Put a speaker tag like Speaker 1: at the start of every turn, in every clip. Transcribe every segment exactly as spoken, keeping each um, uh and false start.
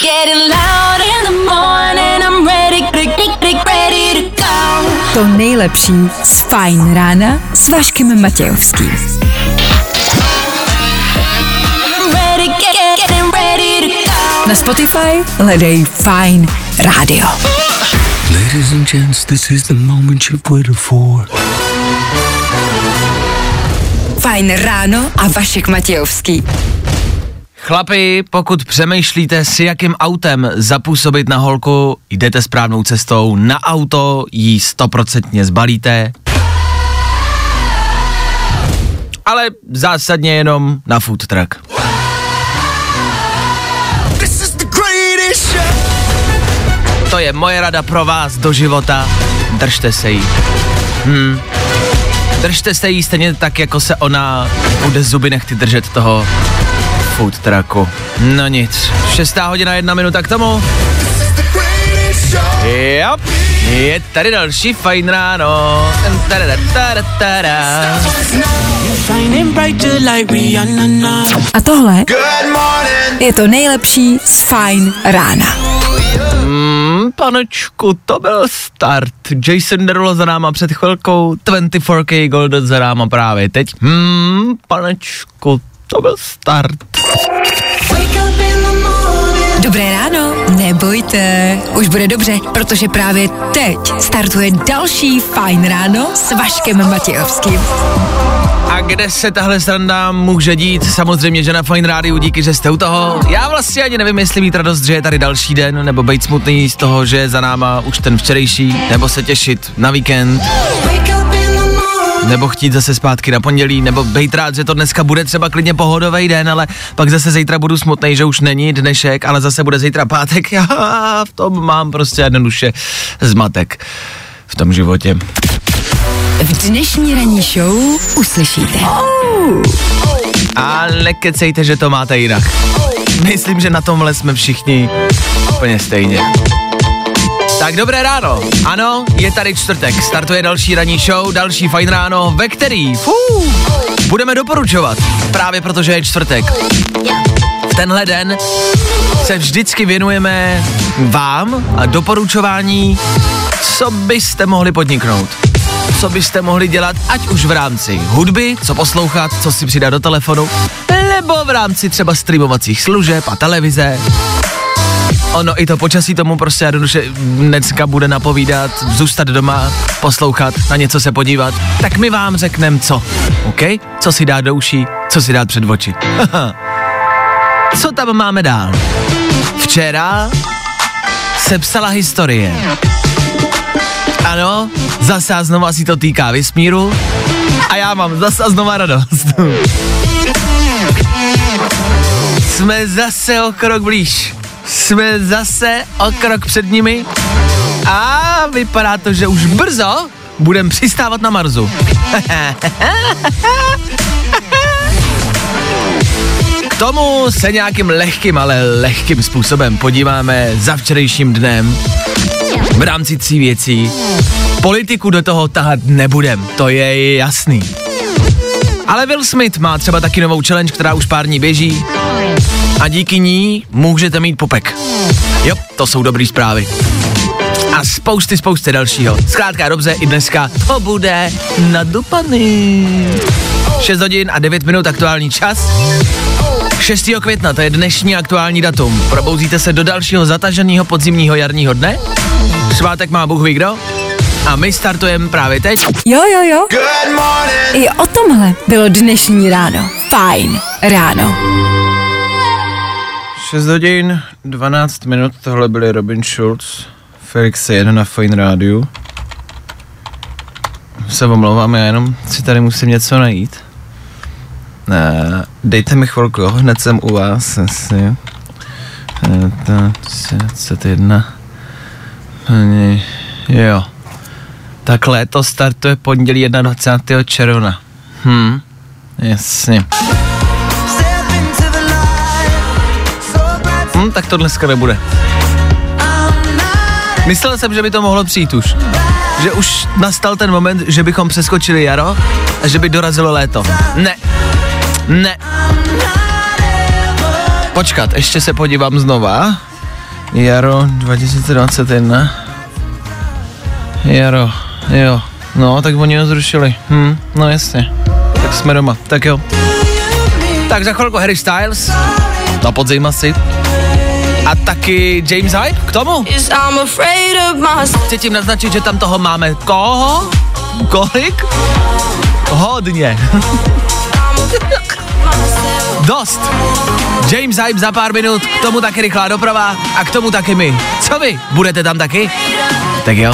Speaker 1: To nejlepší z Fajn rána s Vaškem Matějovským. Na Spotify hledej Fajn rádio.
Speaker 2: Ladies and gents, this is the moment you've waited for.
Speaker 1: Fajn ráno a Vašek Matějovský.
Speaker 3: Chlapi, pokud přemýšlíte si jakým autem zapůsobit na holku, jdete správnou cestou, na auto jí stoprocentně zbalíte, ale zásadně jenom na food truck. To je moje rada pro vás do života, držte se jí. Hmm. Držte se jí stejně tak, jako se ona bude zuby nechty držet toho food trucku. No nic, šestá hodina, jedna minuta k tomu. Jop, je tady další Fajn ráno.
Speaker 1: A tohle je to nejlepší z Fajn rána.
Speaker 3: Mm, panečku, to byl start. Jason Derulo za náma před chvilkou, dvacet čtyři K Golden za náma právě teď. Hmm, panečku, to byl start.
Speaker 1: Dobré ráno, nebojte, už bude dobře, protože právě teď startuje další Fajn ráno s Vaškem Matějovským.
Speaker 3: A kde se tahle sranda může dít? Samozřejmě, že na Fajn rádiu, díky, že jste u toho. Já vlastně ani nevím, jestli mít radost, že je tady další den, nebo být smutný z toho, že je za náma už ten včerejší, nebo se těšit na víkend, nebo chtít zase zpátky na pondělí, nebo být rád, že to dneska bude třeba klidně pohodový den, ale pak zase zítra budu smutnej, že už není dnešek, ale zase bude zítra pátek. Já v tom mám prostě jednoduše zmatek v tom životě.
Speaker 1: V dnešní ranní show uslyšíte. Oh.
Speaker 3: A nekecejte, že to máte jinak. Myslím, že na tomhle jsme všichni úplně stejně. Tak dobré ráno. Ano, je tady čtvrtek. Startuje další ranní show, další Fajn ráno, ve který fů, budeme doporučovat. Právě protože je čtvrtek. V tenhle den se vždycky věnujeme vám a doporučování, co byste mohli podniknout. Co byste mohli dělat, ať už v rámci hudby, co poslouchat, co si přidat do telefonu, nebo v rámci třeba streamovacích služeb a televize. Ono i to počasí tomu prostě jednoduše dneska bude napovídat, zůstat doma, poslouchat, na něco se podívat. Tak my vám řekneme co, OK? Co si dát do uší, co si dát před oči. Co tam máme dál? Včera se psala historie. Ano, zase a znova si to týká vesmíru a já mám zase a znova radost. Jsme zase o krok blíž. Jsme zase o krok před nimi a vypadá to, že už brzo budeme přistávat na Marsu. K tomu se nějakým lehkým, ale lehkým způsobem podíváme za včerejším dnem. V rámci tří věcí. Politiku do toho tahat nebudem, to je jasný. Ale Will Smith má třeba taky novou challenge, která už pár dní běží a díky ní můžete mít popek. Jo, to jsou dobrý zprávy. A spousty, spousty dalšího. Zkrátka dobře, i dneska to bude nadupaný. šest hodin a devět minut aktuální čas. šestého května, to je dnešní aktuální datum. Probouzíte se do dalšího zataženého podzimního jarního dne. Svátek má Bůh ví kdo. A my startujeme právě teď.
Speaker 1: Jo, jo, jo. I o tomhle bylo dnešní ráno. Fajn ráno.
Speaker 3: šest hodin, dvanáct minut, tohle byli Robin Schulz, Felix jeden na Fajn rádiu. Se omlouvám, já jenom si tady musím něco najít. Ne, dejte mi chvilku, jo, hned jsem u vás, asi. dvacet jedna. Jo. Takhle to startuje pondělí dvacátého prvního června. Hm, jasně. Hm, tak to dneska nebude. Myslel jsem, že by to mohlo přijít už. Že už nastal ten moment, že bychom přeskočili jaro a že by dorazilo léto. Ne. Ne. Počkat, ještě se podívám znova. Jaro dva tisíce dvacet jedna. Jaro, jo. No, tak oni ho zrušili. Hm, no jasně. Tak jsme doma, tak jo. Tak za chvilku Harry Styles, na podzim asi. A taky James Hype k tomu. Chci tím naznačit, že tam toho máme koho? Kolik? Hodně. Dost. James Hype za pár minut, k tomu taky rychlá doprava a k tomu taky my. Co vy? Budete tam taky? Tak jo.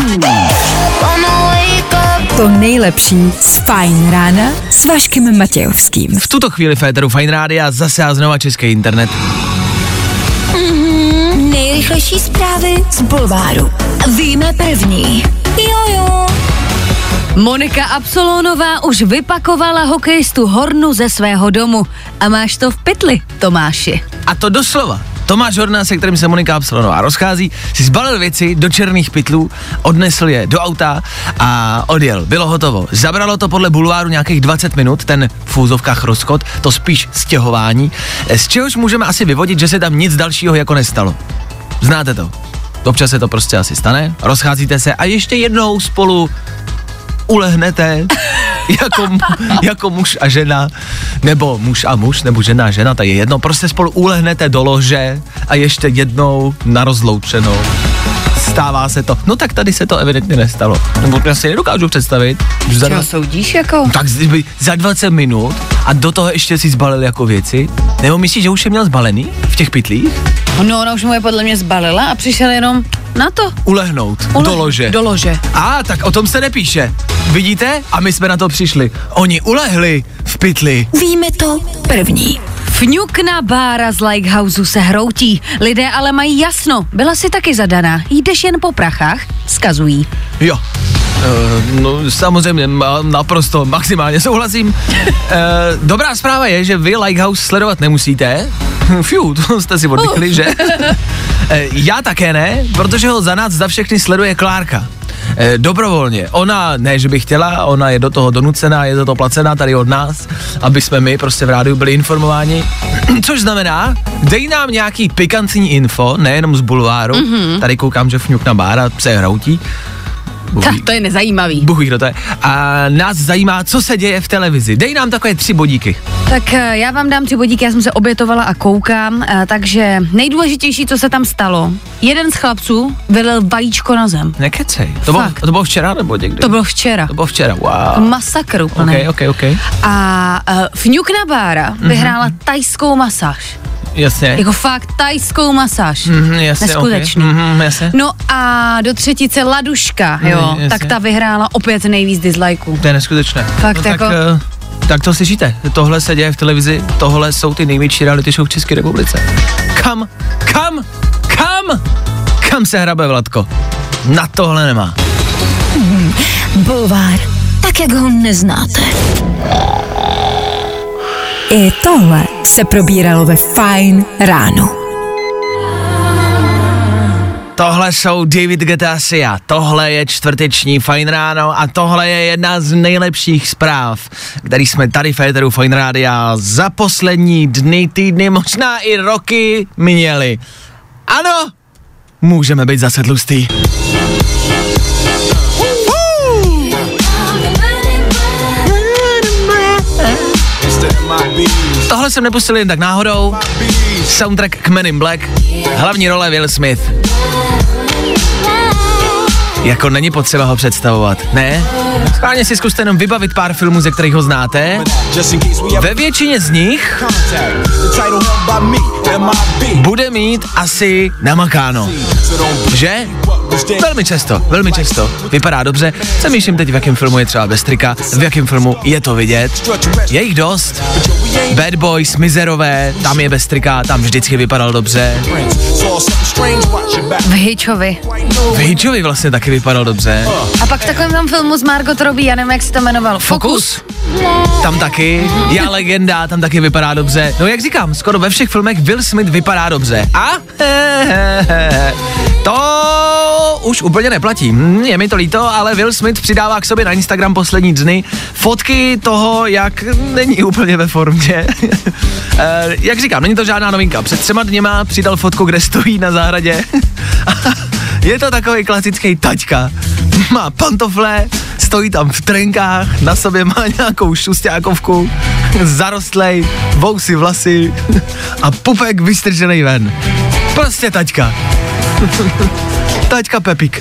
Speaker 1: To nejlepší z Fajn rána s Vaškem Matějovským.
Speaker 3: V tuto chvíli féteru Fajn rádia zase a znova český internet.
Speaker 1: Mm-hmm, nejrychlejší zprávy z bulváru. Víme první. Jojo. Monika Absolónová už vypakovala hokejistu Hornu ze svého domu. A máš to v pytli, Tomáši.
Speaker 3: A to doslova. Tomáš Horna, se kterým se Monika Absolónová rozchází, si zbalil věci do černých pytlů, odnesl je do auta a odjel. Bylo hotovo. Zabralo to podle bulváru nějakých dvacet minut, ten v úzovkách rozchod, to spíš stěhování, z čehož můžeme asi vyvodit, že se tam nic dalšího jako nestalo. Znáte to? Občas se to prostě asi stane, rozcházíte se a ještě jednou spolu ulehnete jako, jako muž a žena, nebo muž a muž, nebo žena a žena, to je jedno, prostě spolu ulehnete do lože a ještě jednou na rozloučenou. Stává se to. No tak tady se to evidentně nestalo. Nebo já si nedokážu představit.
Speaker 1: Čeho dva... soudíš jako?
Speaker 3: Tak za dvacet minut a do toho ještě si zbalil jako věci. Nebo myslíš, že už je měl zbalený v těch pytlích?
Speaker 1: No, ona už mu je podle mě zbalila a přišel jenom na to.
Speaker 3: Ulehnout.
Speaker 1: Ule-
Speaker 3: do lože.
Speaker 1: Do lože.
Speaker 3: A, tak o tom se nepíše. Vidíte? A my jsme na to přišli. Oni ulehli v pytli.
Speaker 1: Víme to první. Fňukna Bára z Lighthouseu se hroutí. Lidé ale mají jasno. Byla si taky zadaná. Jdeš jen po prachách? Vzkazují.
Speaker 3: Jo. Uh, no samozřejmě, ma, naprosto maximálně souhlasím. Uh, dobrá zpráva je, že vy Lighthouse sledovat nemusíte. Fiu, to jste si oddychli, uh. že? uh, já také ne, protože ho za nás za všechny sleduje Klárka. E, dobrovolně. Ona, ne, že by chtěla, ona je do toho donucená, je do toho placená tady od nás, aby jsme my prostě v rádiu byli informováni. Což znamená, dej nám nějaký pikantní info, nejenom z bulváru, mm-hmm. tady koukám, že Fňukna Bára se hroutí.
Speaker 1: Ta, to je nezajímavý.
Speaker 3: Bůh ví, kdo to je. A nás zajímá, co se děje v televizi. Dej nám takové tři bodíky.
Speaker 1: Tak já vám dám tři bodíky, já jsem se obětovala a koukám, a takže nejdůležitější, co se tam stalo. Jeden z chlapců vylil vajíčko na zem.
Speaker 3: Nekecej. To bylo, to bylo včera nebo někdy?
Speaker 1: To bylo včera.
Speaker 3: To bylo včera, wow.
Speaker 1: Masakr úplně.
Speaker 3: Ok, ok, ok.
Speaker 1: A uh, Fňukna Bára mm-hmm. vyhrála tajskou masáž.
Speaker 3: Jasně.
Speaker 1: Jako fakt tajskou masáž.
Speaker 3: Mm, jasně,
Speaker 1: neskutečný.
Speaker 3: Okay. Mm, jasně.
Speaker 1: No a do třetice Laduška, jo, mm, tak ta vyhrála opět nejvíc dislikeů.
Speaker 3: To je neskutečné.
Speaker 1: Fakt
Speaker 3: no,
Speaker 1: jako...
Speaker 3: Tak, uh, tak to slyšíte, tohle se děje v televizi, tohle jsou ty největší reality show v České republice. Kam, kam, kam, kam se hrabe Vladko? Na tohle nemá.
Speaker 1: Hmm, bulvár, tak jak ho neznáte. I tohle se probíralo ve Fajn ráno.
Speaker 3: Tohle jsou David Guetta a Sia, tohle je čtvrteční Fajn ráno a tohle je jedna z nejlepších zpráv, který jsme tady v éteru Fajn rádia za poslední dny, týdny, možná i roky měli. Ano, můžeme být zase tlustý. Tohle jsem nepustil jen tak náhodou. Soundtrack k Men in Black. Hlavní role Will Smith. Jako není potřeba ho představovat, ne? Schválně si zkuste jenom vybavit pár filmů, ze kterých ho znáte. Ve většině z nich bude mít asi namakáno. Že? Velmi často, velmi často. Vypadá dobře. Přemýšlím teď, v jakém filmu je třeba bez trika, v jakém filmu je to vidět. Je jich dost. Bad Boys, Mizerové, tam je bez trika, tam vždycky vypadal dobře.
Speaker 1: V Hitchovi.
Speaker 3: V Hitchovi vlastně taky vypadal dobře.
Speaker 1: A pak v takovém tam filmu s Margot Robbie, já nevím, jak se to jmenoval.
Speaker 3: Focus? Tam taky. Já legenda, tam taky vypadá dobře. No jak říkám, skoro ve všech filmech Will Smith vypadá dobře. A to už úplně neplatí. Hm, je mi to líto, ale Will Smith přidává k sobě na Instagram poslední dny fotky toho, jak není úplně ve formě. e, jak říkám, není to žádná novinka. Před třema dněma přidal fotku, kde stojí na zahradě. Je to takový klasický taťka. Má pantofle, stojí tam v trenkách, na sobě má nějakou šusťákovku, zarostlej, vousy vlasy a pupek vystržený ven. Prostě taťka. Taťka Pepík.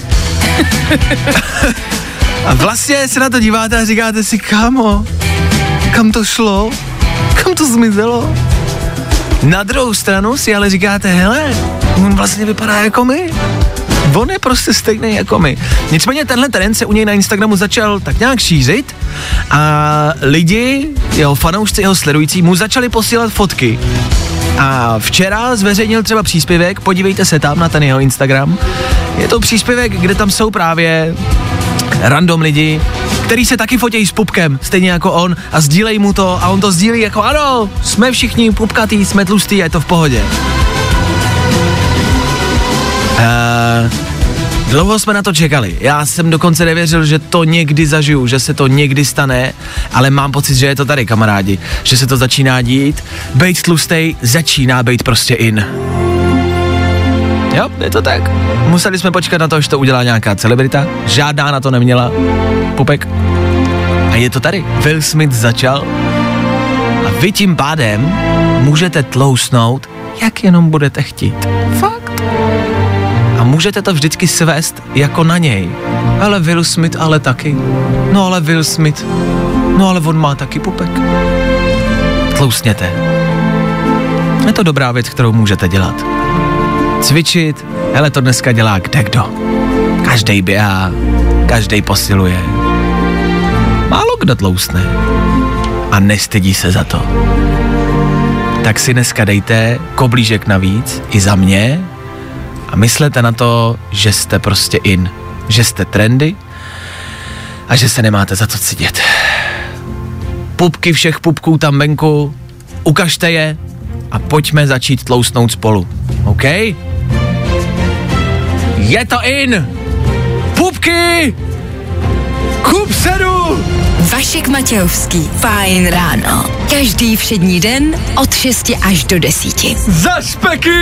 Speaker 3: A vlastně se na to díváte a říkáte si, kámo, kam to šlo? Kam to zmizelo? Na druhou stranu si ale říkáte, hele, on vlastně vypadá jako my. On je prostě stejný jako my. Nicméně tenhle trend se u něj na Instagramu začal tak nějak šířit a lidi, jeho fanoušci, jeho sledující mu začali posílat fotky. A včera zveřejnil třeba příspěvek, podívejte se tam na ten jeho Instagram. Je to příspěvek, kde tam jsou právě random lidi, který se taky fotějí s pupkem, stejně jako on, a sdílej mu to a on to sdílí jako ano, jsme všichni pupkatý, jsme tlustý a je to v pohodě. Uh, dlouho jsme na to čekali. Já jsem dokonce nevěřil, že to někdy zažiju, že se to někdy stane, ale mám pocit, že je to tady, kamarádi, že se to začíná dít. Bejt tlustej začíná bejt prostě in. Jo, je to tak. Museli jsme počkat na to, že to udělá nějaká celebrita. Žádná na to neměla. Pupek. A je to tady. Will Smith začal. A vy tím pádem můžete tlousnout, jak jenom budete chtít. Fakt. A můžete to vždycky svést jako na něj. Ale Will Smith ale taky. No ale Will Smith. No ale on má taky pupek. Tlousněte. Je to dobrá věc, kterou můžete dělat. Cvičit, hele, to dneska dělá kdekdo. Každej běhá, každej posiluje. Málo kdo tloustne. A nestydí se za to. Tak si dneska dejte koblížek navíc i za mě a myslete na to, že jste prostě in, že jste trendy a že se nemáte za co stydět. Pupky všech pupků tam venku, ukažte je a pojďme začít tlousnout spolu, OK? Je to in! Pupky! Kupsedu!
Speaker 1: Vašek Matějovský, Fajn ráno. Každý všední den od šesti až do desíti.
Speaker 3: Za špeky!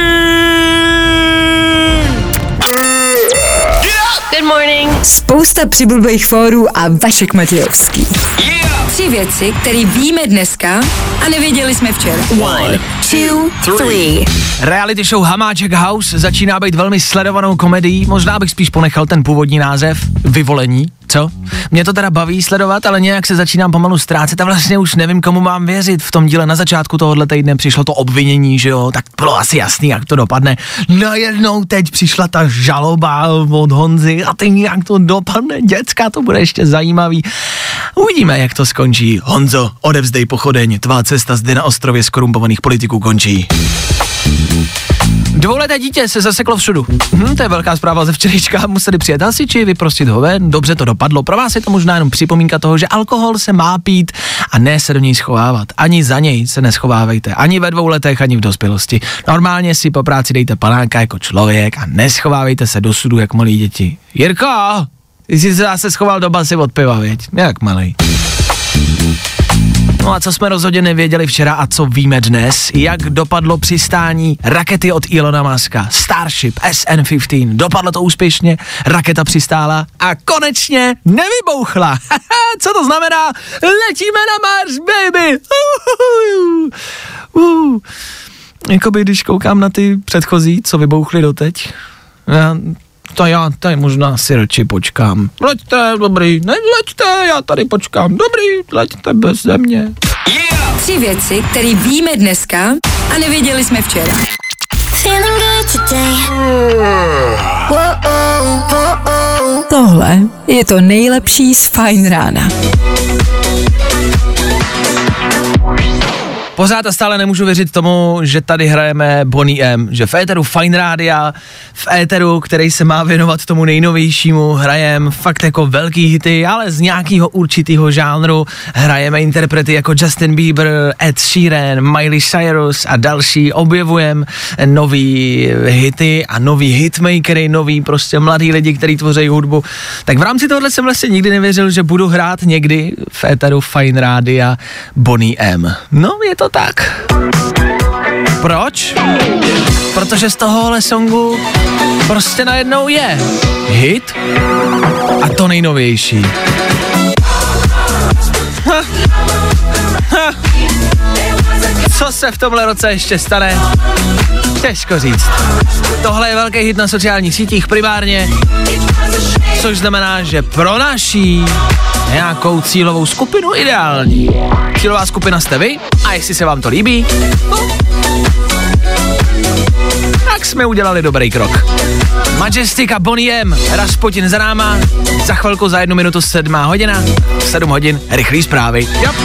Speaker 1: Good morning. Spousta přibulbých fórů a Vašek Matějovský. Yeah. Tři věci, které víme dneska a nevěděli jsme včera. One, two, three.
Speaker 3: Reality show Hamáček House začíná být velmi sledovanou komedií, možná bych spíš ponechal ten původní název, Vyvolení, co? Mě to teda baví sledovat, ale nějak se začínám pomalu ztrácet a vlastně už nevím, komu mám věřit. V tom díle na začátku tohohle týdne přišlo to obvinění, že jo, tak bylo asi jasný, jak to dopadne. Najednou teď přišla ta žaloba od Honzy a teď jak to dopadne, děcka, to bude ještě zajímavý. Uvidíme, jak to skončí. Honzo, odevzdej pochodeň, tvá cesta zde na ostrově skorumpovaných politiků končí. Dvouleté dítě se zaseklo všudu. Hm, to je velká zpráva ze včerejška. Museli přijet hasiči, vyprostit ho ven. Dobře to dopadlo. Pro vás je to možná jenom připomínka toho, že alkohol se má pít a ne se do něj schovávat. Ani za něj se neschovávejte. Ani ve dvou letech, ani v dospělosti. Normálně si po práci dejte panáka jako člověk a neschovávejte se do sudu jak malí děti. Jirko, ty jsi se zase schoval do basy od piva, věď? Jak malej. No a co jsme rozhodně nevěděli včera a co víme dnes, jak dopadlo přistání rakety od Elona Muska, Starship S N patnáct. Dopadlo to úspěšně, raketa přistála a konečně nevybouchla. Co to znamená? Letíme na Mars, baby! Uh, uh. Jakoby když koukám na ty předchozí, co vybouchly doteď, já, to já tady možná si radši počkám. Leďte, dobrý, ne, leďte, já tady počkám, dobrý, leďte bez země.
Speaker 1: Yeah! Tři věci, které víme dneska a nevěděli jsme včera. Tohle je to nejlepší z Fajn rána.
Speaker 3: Pořád a stále nemůžu věřit tomu, že tady hrajeme Boney M, že v éteru Fine Rádia, v éteru, který se má věnovat tomu nejnovějšímu, hrajem fakt jako velký hity, ale z nějakého určitého žánru hrajeme interprety jako Justin Bieber, Ed Sheeran, Miley Cyrus a další, objevujeme nový hity a nový hitmakery, nový prostě mladý lidi, kteří tvoří hudbu. Tak v rámci tohohle jsem vlastně nikdy nevěřil, že budu hrát někdy v éteru Fine Rádia Boney M. No, je to tak. Proč? Protože z tohohle songu prostě najednou je hit a to nejnovější. Ha. Ha. Co se v tomhle roce ještě stane? Těžko říct. Tohle je velký hit na sociálních sítích primárně, což znamená, že pro naší nějakou cílovou skupinu ideální. Cílová skupina jste vy a jestli se vám to líbí, no, tak jsme udělali dobrý krok. Majestic a Boney M, Rasputin za náma, za chvilku za jednu minutu sedmá hodina, sedm hodin, rychlý zprávy. Yep.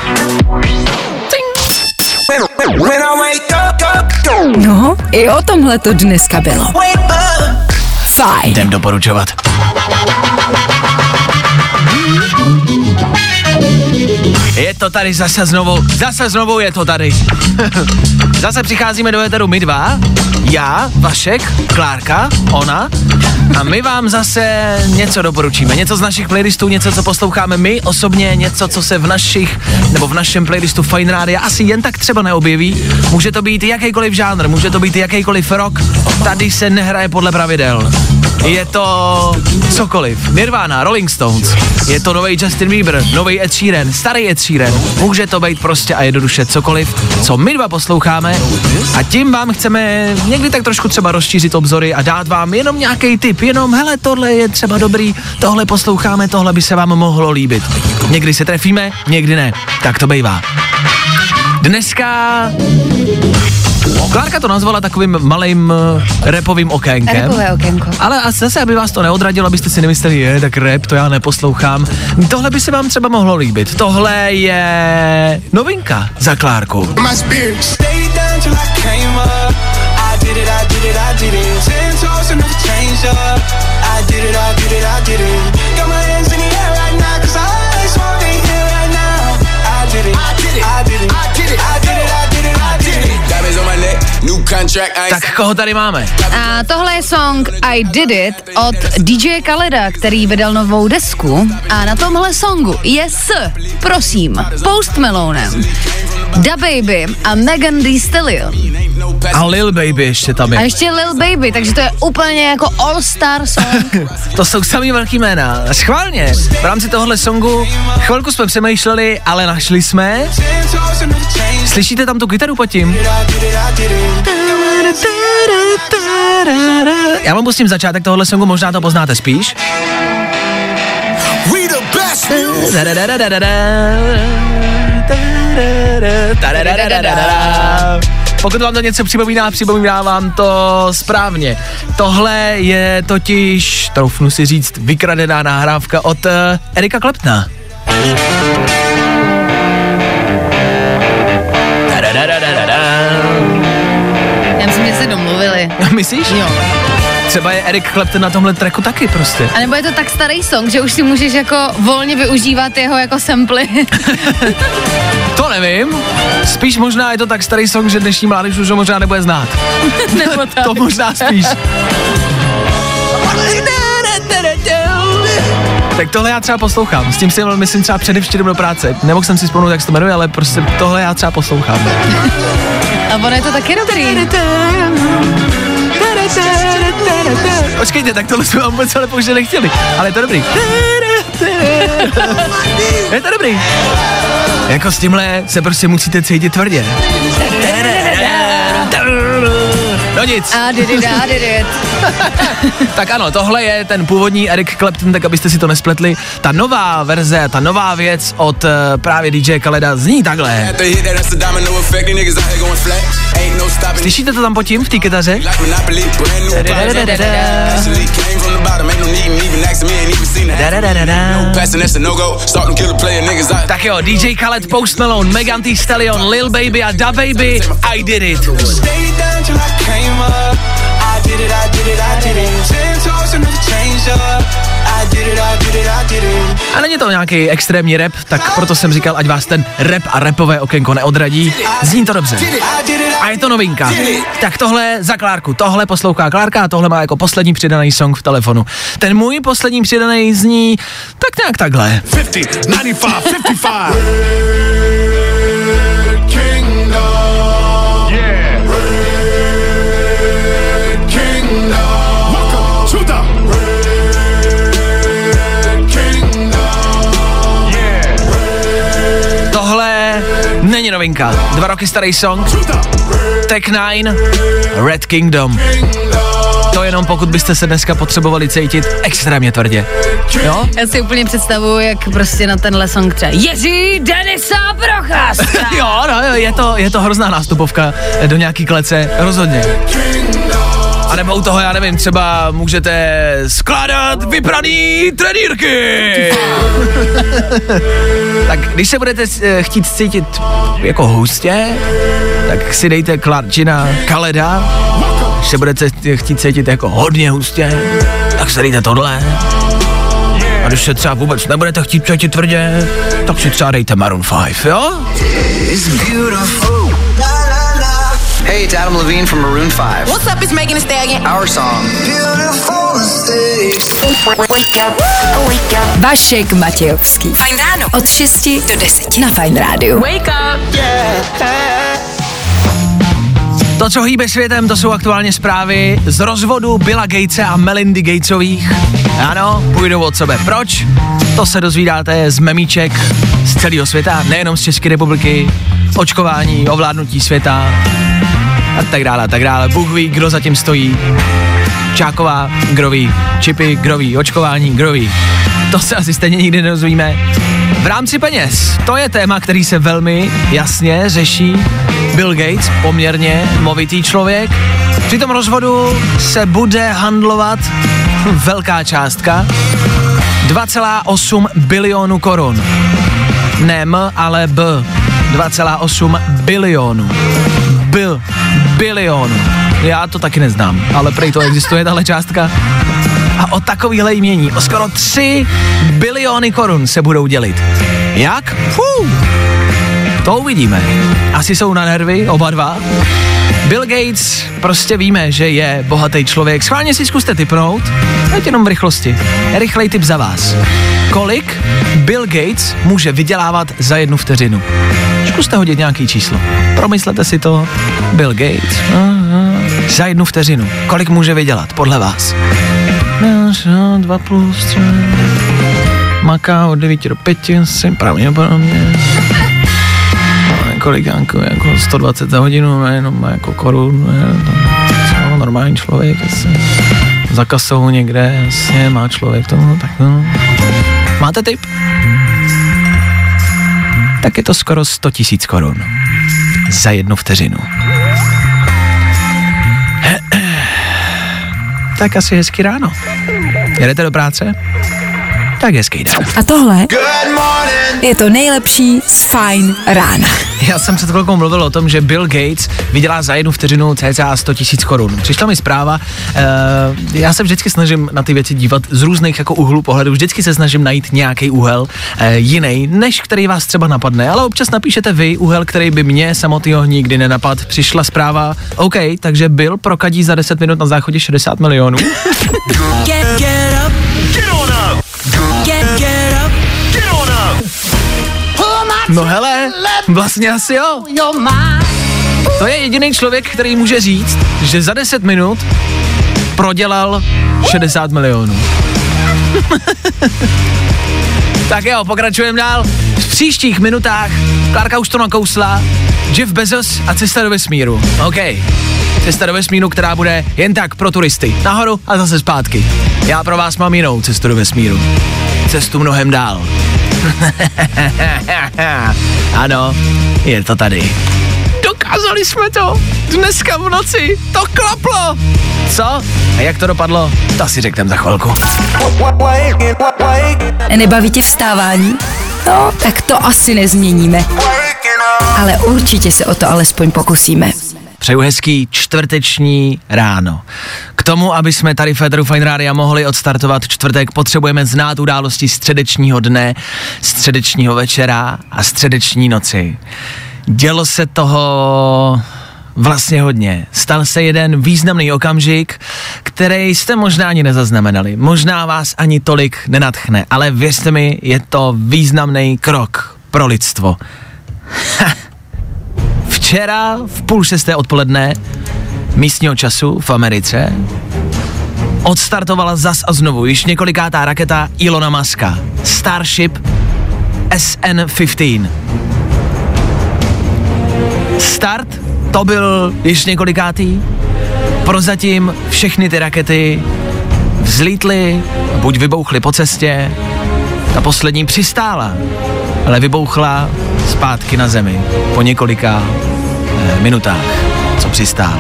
Speaker 1: No, i o tomhle to dneska bylo. Fajn.
Speaker 3: Jdem doporučovat. Je to tady zase znovu, zase znovu je to tady. Zase přicházíme do éteru my dva, já, Vašek, Klárka, ona a my vám zase něco doporučíme, něco z našich playlistů, něco, co posloucháme my osobně, něco, co se v našich, nebo v našem playlistu Fine Rádia asi jen tak třeba neobjeví. Může to být jakýkoliv žánr, může to být jakýkoliv rock, tady se nehraje podle pravidel. Je to cokoliv, Nirvana, Rolling Stones, je to nový Justin Bieber, nový Ed Sheeran, starý Ed Sheeran, může to být prostě a jednoduše cokoliv, co my dva posloucháme a tím vám chceme někdy tak trošku třeba rozšířit obzory a dát vám jenom nějaký tip, jenom hele, tohle je třeba dobrý, tohle posloucháme, tohle by se vám mohlo líbit. Někdy se trefíme, někdy ne, tak to bývá. Dneska Klárka to nazvala takovým malým uh, rapovým okénkem.
Speaker 1: Rapové okénko.
Speaker 3: Ale a zase, aby vás to neodradilo, abyste si nemysleli, je, tak rap, to já neposlouchám. Tohle by se vám třeba mohlo líbit. Tohle je novinka za Klárku. Tak koho tady máme?
Speaker 1: A tohle je song I Did It od D J Khaleda, který vydal novou desku a na tomhle songu je s, prosím, Post Malonem, DaBaby a Megan Thee Stallion.
Speaker 3: A Lil Baby ještě tam je.
Speaker 1: A ještě Lil Baby, takže to je úplně jako all-star song.
Speaker 3: To jsou samý velký jména. Schválně, v rámci tohohle songu chvilku jsme přemýšleli, ale našli jsme. Slyšíte tam tu kytaru pod tím? Já vám pustím začátek tohohle songu, možná to poznáte spíš. Pokud vám to něco připomíná, připomíná vám to správně. Tohle je totiž, troufnu si říct, vykradená nahrávka od uh, Erika Claptona.
Speaker 1: Já myslím, že se domluvili.
Speaker 3: Myslíš?
Speaker 1: Jo.
Speaker 3: Třeba je Eric Clapton na tomhle tracku taky prostě.
Speaker 1: A nebo je to tak starý song, že už si můžeš jako volně využívat jeho jako samply.
Speaker 3: To nevím. Spíš možná je to tak starý song, že dnešní mládež už ho možná nebude znát.
Speaker 1: Nebo tak.
Speaker 3: To možná spíš. Tak tohle já třeba poslouchám. S tím si myslím třeba předevčírem do práce. Nemohl jsem si vzpomenout, jak se to jmenuje, ale prostě tohle já třeba poslouchám.
Speaker 1: A ono je to taky dobrý.
Speaker 3: Počkejte, tak tohle jsme vám vůbec ale použít nechtěli. Ale je to dobrý. Je to dobrý. Jako s tímhle se prostě musíte cítit tvrdě. No nic.
Speaker 1: A did it, a did it.
Speaker 3: Tak ano, tohle je ten původní Eric Clapton, tak abyste si to nespletli. Ta nová verze, ta nová věc od uh, právě D J Khaleda zní takhle. Slyšíte to tam pod tím v té kytaře? Tak jo, D J Khaled, Post Malone, Megan Thee Stallion, Lil Baby a Da Baby, I Did It. A není to nějaký extrémní rap, tak proto jsem říkal, ať vás ten rap a rapové okénko neodradí. Zní to dobře. A je to novinka. Tak tohle za Klárku, tohle poslouchá Klárka a tohle má jako poslední přidaný song v telefonu. Ten můj poslední přidaný zní tak nějak takhle.
Speaker 2: fifty, ninety-five, fifty-five.
Speaker 3: Tohle není novinka. Dva roky starý song. Tech Nine, Red Kingdom. To jenom pokud byste se dneska potřebovali cítit extrémně tvrdě. Jo?
Speaker 1: Já si úplně představuji, jak prostě na tenhle song třeba Jiří Denisa Procházka.
Speaker 3: Jo, no, je to, je to hrozná nástupovka do nějaký klece, rozhodně. A nebo u toho, já nevím, třeba můžete skládat vypraný trenýrky. Tak když se budete chtít cítit jako hustě, tak si dejte Klárčina Khaleda. Když se budete chtít cítit jako hodně hustě, tak si dejte tohle. A když se třeba vůbec nebudete chtít cítit tvrdě, tak si třeba dejte Maroon five, jo?
Speaker 4: Hey, it's Adam Levine from Maroon five. What's up, it's Megan Thee Stallion. Our song.
Speaker 1: Vašek Matějovský. Fajn ráno. Od šesti do deseti na Fajn rádiu. Wake up.
Speaker 3: Yeah. To, co hýbe světem, to jsou aktuálně zprávy z rozvodu Billa Gatese a Melindy Gatesových. Ano, půjdou od sebe. Proč? To se dozvídáte z memíček z celého světa, nejenom z České republiky, očkování, ovládnutí světa a tak dále, a tak dále. Bůh ví, kdo zatím stojí. Čáková, groví, čipy, groví, očkování, groví. To se asi stejně nikdy nedozvíme. V rámci peněz, to je téma, který se velmi jasně řeší. Bill Gates, poměrně movitý člověk. Při tom rozvodu se bude handlovat velká částka. dva celá osm bilionu korun. Ne M, ale B. dva celá osm bilionu. Bil, bilionu. Já to taky neznám, ale prej to existuje, tahle částka. A o takovýhle jmění, o skoro tři biliony korun se budou dělit. Jak? Fuh. To uvidíme. Asi jsou na nervy, oba dva. Bill Gates, prostě víme, že je bohatý člověk. Schválně si zkuste tipnout, ať jenom v rychlosti. Rychlej tip za vás. Kolik Bill Gates může vydělávat za jednu vteřinu? Zkuste hodit nějaký číslo. Promyslete si to. Bill Gates. Aha. Za jednu vteřinu. Kolik může vydělat, podle vás? Dva plus tři. Maká od devíti do pěti, asi pravděpodobně. Kolik jako, jako sto dvacet za hodinu, jenom má jako korun, ne, normální člověk, asi. Za kasou někde, jasně, má člověk to, no, tak no. Máte tip? Tak je to skoro sto tisíc korun. Za jednu vteřinu. Tak asi hezký ráno. Jedete do práce? Tak hezký den.
Speaker 1: A tohle je to nejlepší z Fajn rána.
Speaker 3: Já jsem před chvilkou mluvil o tom, že Bill Gates vydělá za jednu vteřinu cca sto tisíc korun. Přišla mi zpráva, uh, já se vždycky snažím na ty věci dívat z různých jako úhlů pohledu, vždycky se snažím najít nějaký úhel uh, jiný, než který vás třeba napadne, ale občas napíšete vy úhel, který by mě samotného nikdy nenapadl. Přišla zpráva, OK, takže Bill prokadí za deset minut na záchodě šedesát milionů. Get, get up. Get on up. Get, get up. Get on up. No hele, vlastně asi jo. To je jediný člověk, který může říct, že za deset minut prodělal šedesát milionů. Tak jo, pokračujeme dál. V příštích minutách, Klárka už to nakousla, Jeff Bezos a cesta do vesmíru. OK. Cesta do vesmíru, která bude jen tak pro turisty. Nahoru a zase zpátky. Já pro vás mám jinou cestu do vesmíru. Cestu mnohem dál. Ano, je to tady. Dokázali jsme to. Dneska v noci to klaplo. Co? A jak to dopadlo? To si řekneme za chvilku.
Speaker 1: Nebaví tě vstávání? No, tak to asi nezměníme. Ale určitě se o to alespoň pokusíme.
Speaker 3: Přeju hezký čtvrteční ráno. K tomu, aby jsme tady v Féteru Fajn Rádia mohli odstartovat čtvrtek, potřebujeme znát události středečního dne, středečního večera a středeční noci. Dělo se toho vlastně hodně. Stal se jeden významný okamžik, který jste možná ani nezaznamenali. Možná vás ani tolik nenadchne, ale věřte mi, je to významný krok pro lidstvo. Včera v půl šesté odpoledne místního času v Americe odstartovala zas a znovu již několikátá raketa Elona Muska. Starship S N patnáct. Start to byl již několikátý. Prozatím všechny ty rakety vzlítly, buď vybouchly po cestě, ta poslední přistála, ale vybouchla zpátky na zemi po několika eh, minutách, co přistála.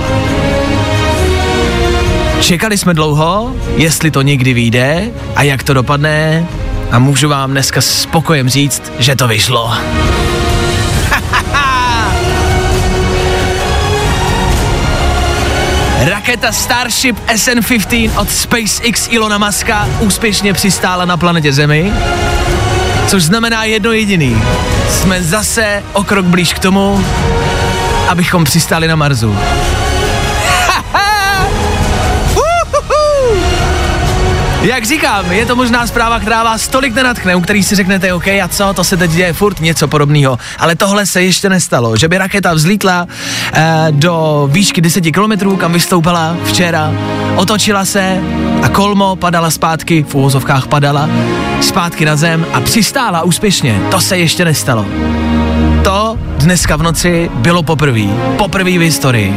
Speaker 3: Čekali jsme dlouho, jestli to někdy vyjde a jak to dopadne, a můžu vám dneska s spokojem říct, že to vyšlo. Raketa Starship S N patnáct od SpaceX Elona Muska úspěšně přistála na planetě Zemi, což znamená jedno jediný. Jsme zase o krok blíž k tomu, abychom přistáli na Marsu. Jak říkám, je to možná zpráva, která vás tolik nenadchne, u který si řeknete, OK, a co, to se teď děje furt něco podobného. Ale tohle se ještě nestalo, že by raketa vzlítla eh, do výšky deset kilometrů, kam vystoupala včera, otočila se a kolmo padala zpátky, v uvozovkách padala, zpátky na zem a přistála úspěšně. To se ještě nestalo. To dneska v noci bylo poprvé, poprvé v historii.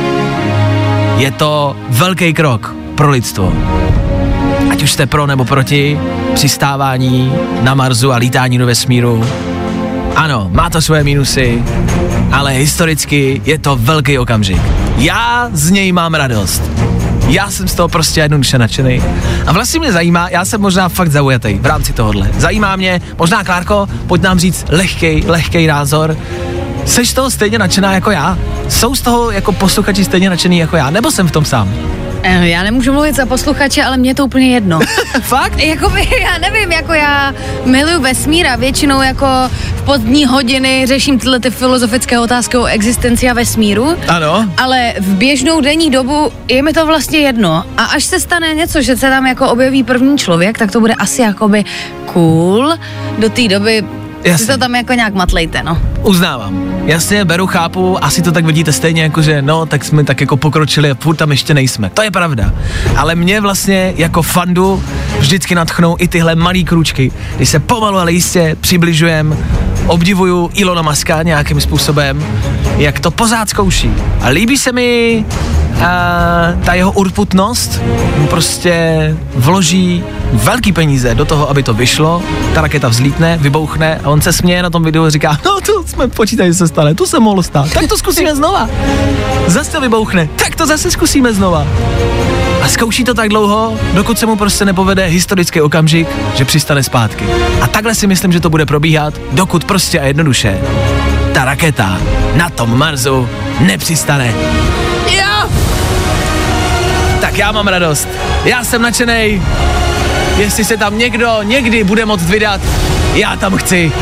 Speaker 3: Je to velký krok pro lidstvo. Ať už jste pro nebo proti přistávání na Marsu a lítání do vesmíru. Ano, má to svoje mínusy, ale historicky je to velký okamžik. Já z něj mám radost. Já jsem z toho prostě jednoduše nadšený. A vlastně mě zajímá, já jsem možná fakt zaujatý v rámci tohohle. Zajímá mě, možná Klárko, pojď nám říct lehkej, lehkej názor. Seš z toho stejně nadšená jako já? Jsou z toho jako posluchači stejně nadšený jako já? Nebo jsem v tom sám?
Speaker 1: Já nemůžu mluvit za posluchače, ale mě je to úplně jedno.
Speaker 3: Fakt?
Speaker 1: Jakoby, já nevím, jako já miluju vesmír a většinou jako v pozdní hodiny řeším tyhle ty filozofické otázky o existenci a vesmíru.
Speaker 3: Ano.
Speaker 1: Ale v běžnou denní dobu je mi to vlastně jedno. A až se stane něco, že se tam jako objeví první člověk, tak to bude asi jakoby cool. Do té doby Jasně. si to tam jako nějak matlejte, no.
Speaker 3: Uznávám. Jasně, beru, chápu, asi to tak vidíte stejně, jako že no, tak jsme tak jako pokročili a furt tam ještě nejsme. To je pravda. Ale mě vlastně jako fandu vždycky nadchnou i tyhle malý krůčky, když se pomalu, ale jistě přibližujem, obdivuju Elona Muska nějakým způsobem, jak to pořád zkouší. A líbí se mi a, ta jeho urputnost, prostě vloží velký peníze do toho, aby to vyšlo, ta raketa vzlítne, vybouchne a on se směje na tom videu a říká, no to jsme počítali, že se stane, to se mohlo stát, tak to zkusíme znova. Zase to vybouchne, tak to zase zkusíme znova. A zkouší to tak dlouho, dokud se mu prostě nepovede historický okamžik, že přistane zpátky. A takhle si myslím, že to bude probíhat, dokud prostě a jednoduše ta raketa na tom Marsu nepřistane. Jo! Tak já mám radost. Já jsem nadšenej. Jestli se tam někdo někdy bude moct vydat, já tam chci.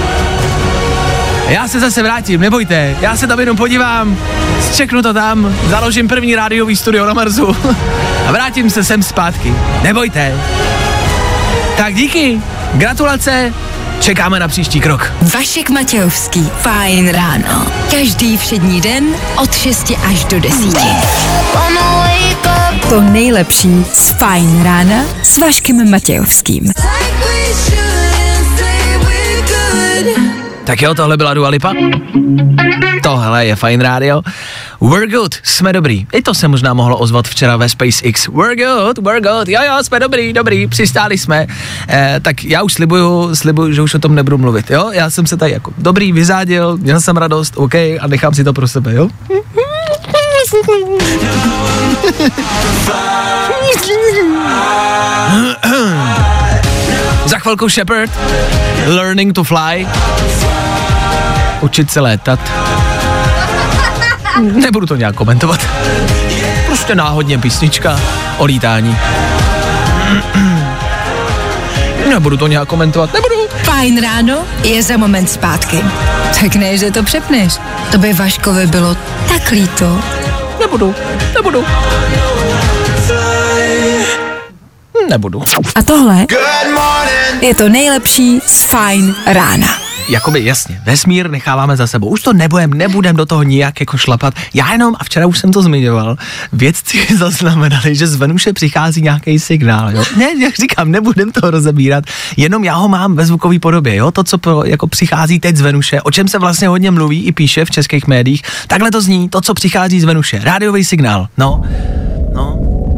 Speaker 3: Já se zase vrátím, nebojte, já se tam jenom podívám, zčeknu to tam, založím první rádiový studio na Marsu a vrátím se sem zpátky. Nebojte. Tak díky, gratulace, čekáme na příští krok.
Speaker 1: Vašek Matějovský, Fajn ráno. Každý všední den od šesti až do desíti. To nejlepší z Fajn rána s Vaškem Matějovským.
Speaker 3: Tak jo, tohle byla Dua Lipa. Tohle je Fajn rádio. We're good, jsme dobrý. I to se možná mohlo ozvat včera ve SpaceX. We're good, we're good, jo jo, jsme dobrý, dobrý, přistáli jsme. Eh, tak já už slibuju, slibuju, že už o tom nebudu mluvit, jo? Já jsem se tady jako dobrý vyzádil, měl jsem radost, OK, a nechám si to pro sebe, jo? Za chvilku Shepard, Learning to Fly, učit se létat. Nebudu to nějak komentovat. Prostě náhodně písnička o lítání. Nebudu to nějak komentovat, nebudu.
Speaker 5: Fajn ráno je za moment zpátky. Tak ne, že to přepneš. To by Vaškovi bylo tak líto.
Speaker 3: Nebudu, nebudu. Nebudu.
Speaker 5: A tohle je to nejlepší z Fajn rána.
Speaker 3: Jakoby jasně, vesmír necháváme za sebou. Už to nebudem, nebudem do toho nijak jako šlapat. Já jenom, a včera už jsem to zmiňoval, vědci zaznamenali, že z Venuše přichází nějaký signál, jo. Ne, jak říkám, nebudem toho rozebírat, jenom já ho mám ve zvukové podobě, jo. To, co pro, jako přichází teď z Venuše, o čem se vlastně hodně mluví i píše v českých médiích, takhle to zní, to, co přichází z Venuše, rádiový signál, no, no.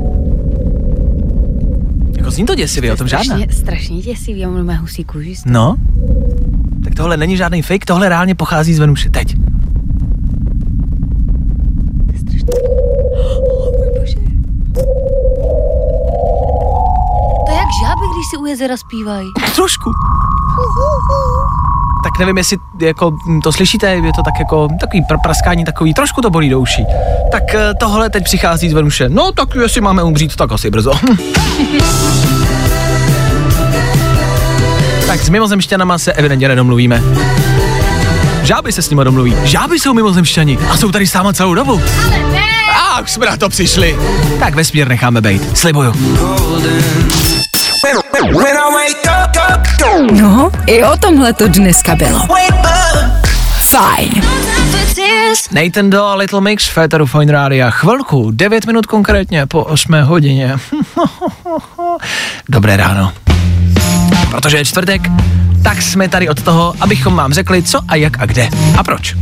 Speaker 3: Jako zní to děsivě, o tom žádná.
Speaker 1: Strašně, strašně děsivě, já mám husí kůži.
Speaker 3: No. Tak tohle není žádný fake, tohle reálně pochází z Venuše. Teď.
Speaker 1: To je jak žáby, když si u jezera zpívají.
Speaker 3: Trošku. Tak nevím, jestli jako to slyšíte, je to tak jako takový pr- praskání takový, trošku to bolí do uší. Tak tohle teď přichází z Venuše. No tak jestli máme umřít, tak asi brzo. Tak s mimozemšťanama se evidentně nedomluvíme. Žáby se s nima domluví. Žáby jsou mimozemšťani a jsou tady sáma celou dobu.
Speaker 1: Ale ne!
Speaker 3: A už jsme na to přišli. Tak vesmír necháme bejt. Slibuju.
Speaker 5: No, i o tomhle to dneska bylo. Fajn.
Speaker 3: Nathan Doe a Little Mix, Féteru Fajn rádia. Chvilku, devět minut konkrétně po osmé hodině. Dobré ráno. Protože je čtvrtek, tak jsme tady od toho, abychom vám řekli, co a jak a kde a proč.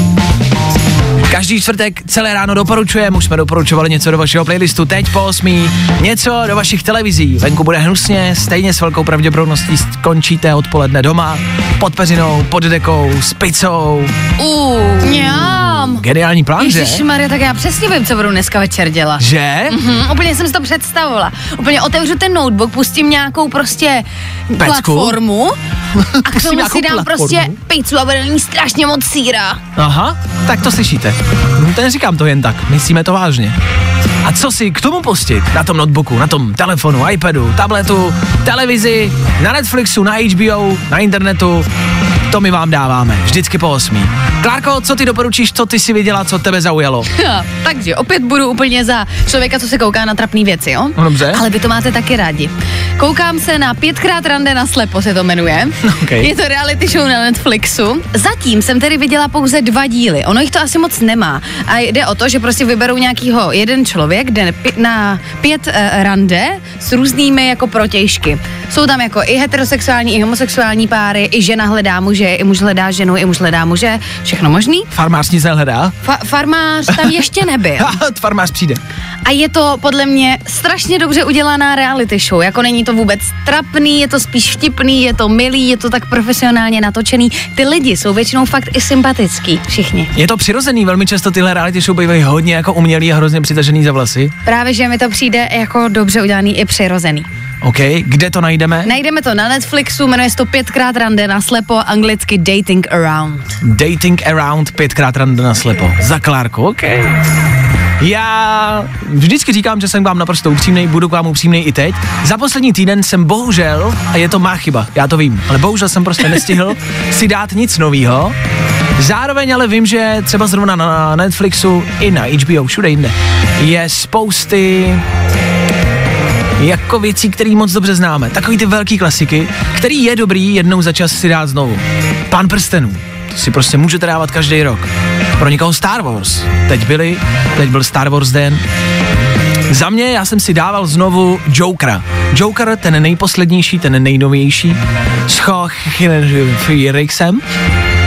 Speaker 3: Každý čtvrtek celé ráno doporučujeme, už jsme doporučovali něco do vašeho playlistu, teď po osmí, něco do vašich televizí. Venku bude hnusně, stejně s velkou pravděpodobností skončíte odpoledne doma, pod peřinou, pod dekou, s pizzou.
Speaker 1: Uh, mňam.
Speaker 3: Geniální plán, že?
Speaker 1: Ježišmarja, tak já přesně vím, co budu dneska večer dělat.
Speaker 3: Že?
Speaker 1: Mhm, úplně jsem si to představovala. Úplně otevřu ten notebook, pustím nějakou prostě
Speaker 3: Pecku.
Speaker 1: platformu a k tomu
Speaker 3: nějakou
Speaker 1: si dám
Speaker 3: platformu.
Speaker 1: prostě pizzu a bude ní strašně moc sýra.
Speaker 3: Aha, tak to slyšíte. Hm, to neříkám to jen tak, myslíme to vážně. A co si k tomu pustit? Na tom notebooku, na tom telefonu, iPadu, tabletu, televizi, na Netflixu, na H B O, na internetu, to my vám dáváme, vždycky po osmí. Klárko, co ty doporučíš, co ty si viděla, co tebe zaujalo?
Speaker 1: Ja, takže opět budu úplně za člověka, co se kouká na trapný věci, jo?
Speaker 3: No, dobře.
Speaker 1: Ale vy to máte taky rádi. Koukám se na Pětkrát rande na slepo, se to jmenuje.
Speaker 3: Okay.
Speaker 1: Je to reality show na Netflixu. Zatím jsem tedy viděla pouze dva díly. Ono jich to asi moc nemá. A jde o to, že prostě vyberou nějakýho jeden člověk, jde na pět uh, rande s různými jako protějšky. Jsou tam jako i heterosexuální, i homosexuální páry, i žena hledá muže, i muž hledá ženu, i muž hledá muže. Všechno možný.
Speaker 3: Farmář nic nehledá?
Speaker 1: Fa- farmář tam ještě nebyl.
Speaker 3: Farmář přijde.
Speaker 1: A je to podle mě strašně dobře udělaná reality show. Jako není to vůbec trapný, je to spíš vtipný, je to milý, je to tak profesionálně natočený. Ty lidi jsou většinou fakt i sympatický, všichni.
Speaker 3: Je to přirozený, velmi často tyhle reality show bývají hodně jako umělý a hrozně přitažený za vlasy.
Speaker 1: Právě, že mi to přijde jako dobře udělaný i přirozený.
Speaker 3: OK, kde to najdeme?
Speaker 1: Najdeme to na Netflixu, jmenuje se to Pětkrát rande na slepo, anglicky Dating Around.
Speaker 3: Dating Around, pětkrát rande na slepo. Za Klárku, OK. Já vždycky říkám, že jsem k vám naprosto upřímnej, budu k vám upřímnej i teď. Za poslední týden jsem bohužel, a je to má chyba, já to vím, ale bohužel jsem prostě nestihl si dát nic novýho. Zároveň ale vím, že třeba zrovna na Netflixu i na H B O, všude jinde, je spousty jako věcí, které moc dobře známe. Takový ty velký klasiky, který je dobrý jednou za čas si dát znovu. Pán prstenů, to si prostě můžete dávat každý rok. Pro někoho Star Wars. Teď byli, teď byl Star Wars den. Za mě, já jsem si dával znovu Jokera. Joker, ten nejposlednější, ten nejnovější, s Joaquinem Phoenixem.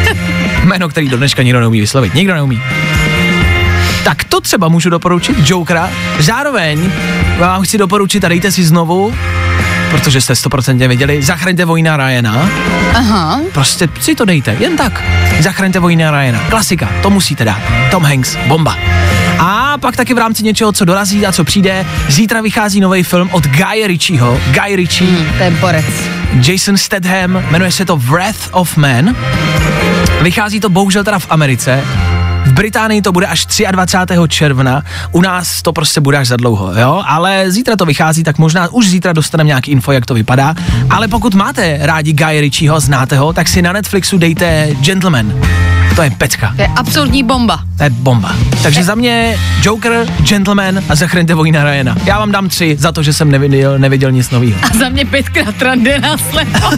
Speaker 3: Jméno, který do dneška nikdo neumí vyslovit. Nikdo neumí. Tak to třeba můžu doporučit, Jokera. Zároveň vám chci doporučit a dejte si znovu, protože jste sto procent viděli, Zachraňte vojína Ryana.
Speaker 1: Aha.
Speaker 3: Prostě si to dejte, jen tak. Zachraňte vojína Ryana. Klasika, to musíte dát. Tom Hanks, bomba. A pak taky v rámci něčeho, co dorazí a co přijde, zítra vychází nový film od Guye Ritchieho. Guy Ritchie.
Speaker 1: Hmm, to je borec.
Speaker 3: Jason Statham, jmenuje se to Wrath of Man. Vychází to bohužel teda v Americe. V Británii to bude až dvacátého třetího června, u nás to prostě bude až za dlouho, jo, ale zítra to vychází, tak možná už zítra dostaneme nějaký info, jak to vypadá, ale pokud máte rádi Guye Ritchieho, znáte ho, tak si na Netflixu dejte Gentleman, to je pecka.
Speaker 1: To je absolutní bomba.
Speaker 3: To je bomba. Takže za mě Joker, Gentleman a Zachraňte vojína Ryana. Já vám dám tři za to, že jsem neviděl, neviděl nic novýho.
Speaker 1: A za mě pětkrát rande na slepo.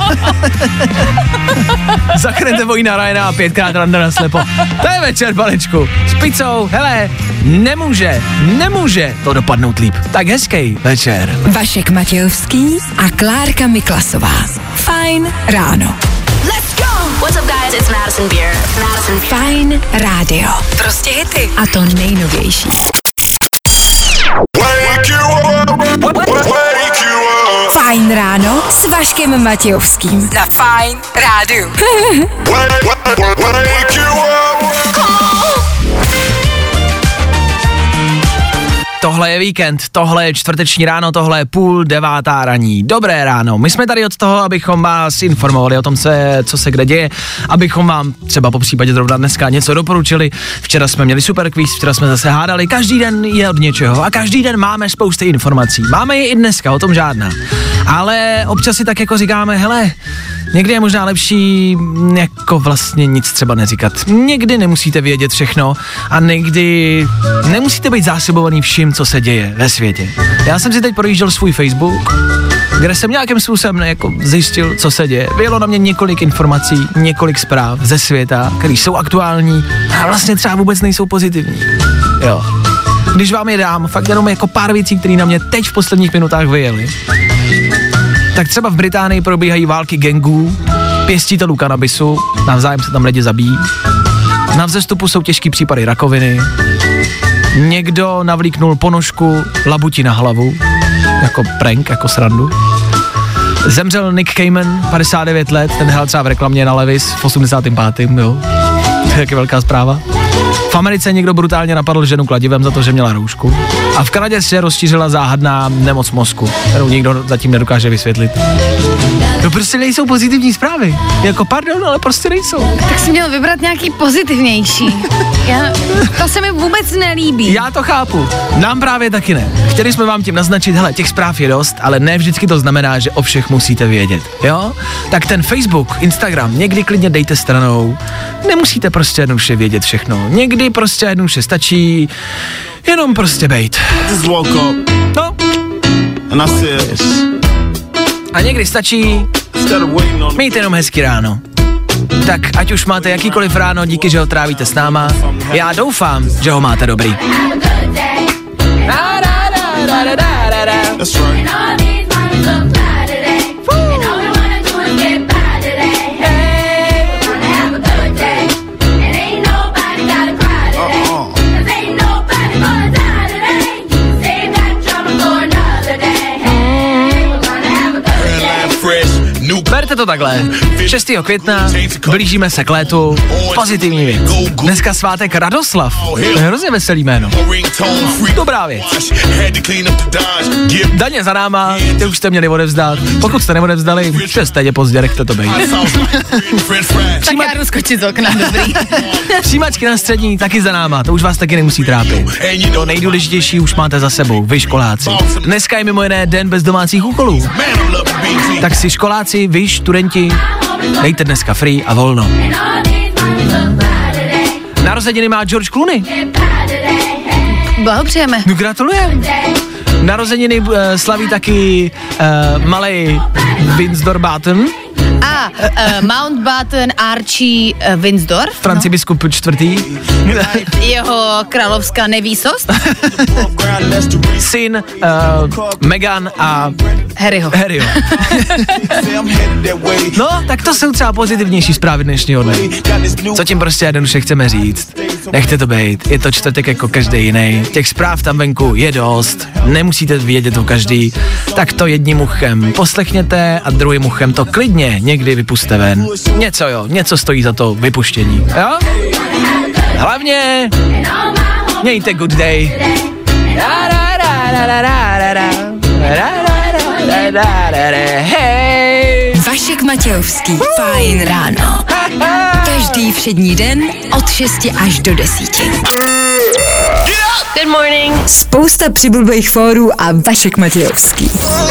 Speaker 3: Zachraňte vojína Ryana a pětkrát rande na slepo. To je večer, Balečku. S pizzou, hele, nemůže, nemůže to dopadnout líp. Tak hezký večer.
Speaker 5: Vašek Matějovský a Klárka Miklasová. Fajn ráno.
Speaker 6: Let's go! What's up, guys? It's Madison Beer. Madison Beer.
Speaker 5: Fajn rádio. Prostě hity. A to nejnovější.
Speaker 7: Wake you up, wake you up.
Speaker 5: Fajn ráno s Vaškem Matějovským. Na Fajn rádiu.
Speaker 7: Wake, wake, wake you up.
Speaker 3: Tohle je víkend, tohle je čtvrteční ráno, tohle je půl devátá raní. Dobré ráno, my jsme tady od toho, abychom vás informovali o tom, co, je, co se kde děje, abychom vám třeba po případě zrovna dneska něco doporučili. Včera jsme měli super quiz, včera jsme zase hádali, každý den je od něčeho a každý den máme spousty informací. Máme je i dneska, o tom žádná. Ale občas si tak jako říkáme, hele, někdy je možná lepší jako vlastně nic třeba neříkat. Někdy nemusíte vědět všechno a někdy nemusíte být zásobovaný vším, co se děje ve světě. Já jsem si teď projížděl svůj Facebook, kde jsem nějakým způsobem jako zjistil, co se děje. Vyjelo na mě několik informací, několik zpráv ze světa, které jsou aktuální a vlastně třeba vůbec nejsou pozitivní. Jo. Když vám je dám, fakt jenom jako pár věcí, které na mě teď v posledních minutách vyjeli. Tak třeba v Británii probíhají války gangů, pěstitelů kanabisu, navzájem se tam lidi zabíjí. Na vzestupu jsou těžký případy rakoviny. Někdo navlíknul ponožku labuti na hlavu, jako prank, jako srandu. Zemřel Nick Cayman, padesát devět let, ten hrál třeba v reklamě na Levis v osmdesátém pátém jo. To je taky velká zpráva. V Americe někdo brutálně napadl ženu kladivem za to, že měla roušku. A v Kanadě se rozšířila záhadná nemoc mozku, kterou nikdo zatím nedokáže vysvětlit. To prostě nejsou pozitivní zprávy. Jako pardon, ale prostě nejsou.
Speaker 1: Tak jsi měl vybrat nějaký pozitivnější. Já, to se mi vůbec nelíbí.
Speaker 3: Já to chápu. Nám právě taky ne. Chtěli jsme vám tím naznačit, hele, těch zpráv je dost, ale ne vždycky to znamená, že o všech musíte vědět, jo? Tak ten Facebook, Instagram, někdy klidně dejte stranou. Nemusíte prostě jednoduše vědět všechno. Někdy prostě jednoduše stačí jenom prostě bejt. No. A někdy stačí mít jenom hezký ráno. Tak ať už máte jakýkoliv ráno, díky, že ho trávíte s náma, já doufám, že ho máte dobrý. Berte to takhle, šestého května, blížíme se k létu, pozitivní věc. Dneska svátek Radoslav, to je hrozně veselý jméno. Dobrá věc. Daně za náma, ty už jste měli odevzdat, pokud jste neodevzdali, stejně pozdě, nechte to být.
Speaker 1: Tak já jdu skočit z okna, dobrý.
Speaker 3: Přijímačky na střední taky za náma, to už vás taky nemusí trápit. To nejdůležitější už máte za sebou, vy školáci. Dneska je mimo jiné den bez domácích úkolů. Tak si školáci, vy studenti, dejte dneska free a volno. Narozeniny má George Clooney.
Speaker 1: Blahopřejeme.
Speaker 3: No gratulujem. Narozeniny uh, slaví taky uh, malej Vince Dorbaton.
Speaker 1: A uh, Mountbatten, Archie, uh, Windsor.
Speaker 3: Franci no. biskup čtvrtý.
Speaker 1: Jeho královská nevýsost.
Speaker 3: Syn, uh, Meghan a
Speaker 1: Harryho.
Speaker 3: Harryho. No, tak to jsou třeba pozitivnější zprávy dnešního dne. Co tím prostě jednoduše chceme říct? Nechte to být, je to čtvrtek jako každý jiný. Těch zpráv tam venku je dost, nemusíte vědět o každý. Tak to jedním uchem poslechněte a druhým uchem to klidně někdy vypuste ven. Něco jo, něco stojí za to vypuštění, jo? Hlavně mějte good day.
Speaker 5: Hey. Vašek Matějovský, Fajn ráno. Každý všední den od šesti až do desíti.
Speaker 6: Good morning.
Speaker 5: Spousta přibulbých fórů a Vašek Matějovský.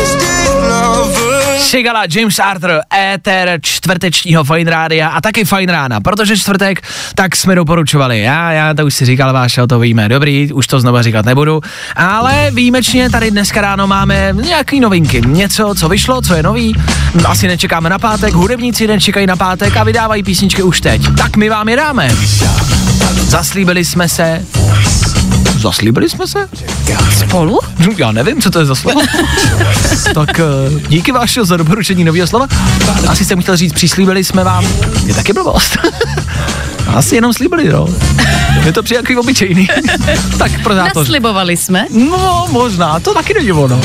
Speaker 3: Šigala, James Arthur, éter čtvrtečního Fajn rádia a taky Fajn rána, protože čtvrtek, tak jsme doporučovali, já, já to už si říkal, Váša, to víme, dobrý, už to znova říkat nebudu, ale výjimečně tady dneska ráno máme nějaký novinky, něco, co vyšlo, co je nový, asi nečekáme na pátek, hudebníci nečekají na pátek a vydávají písničky už teď, tak my vám je dáme. Zaslíbili jsme se, zaslíbili jsme se?
Speaker 1: Spolu?
Speaker 3: Já nevím, co to je za slovo. Tak díky Vášo za doporučení nového slova. Asi jsem chtěl říct, přislíbili jsme vám. Je taky blbost. Asi jenom slíbili, no. Je to při jaký obyčejný. Tak pro zátoř.
Speaker 1: Naslibovali jsme?
Speaker 3: No, možná, to taky není ono.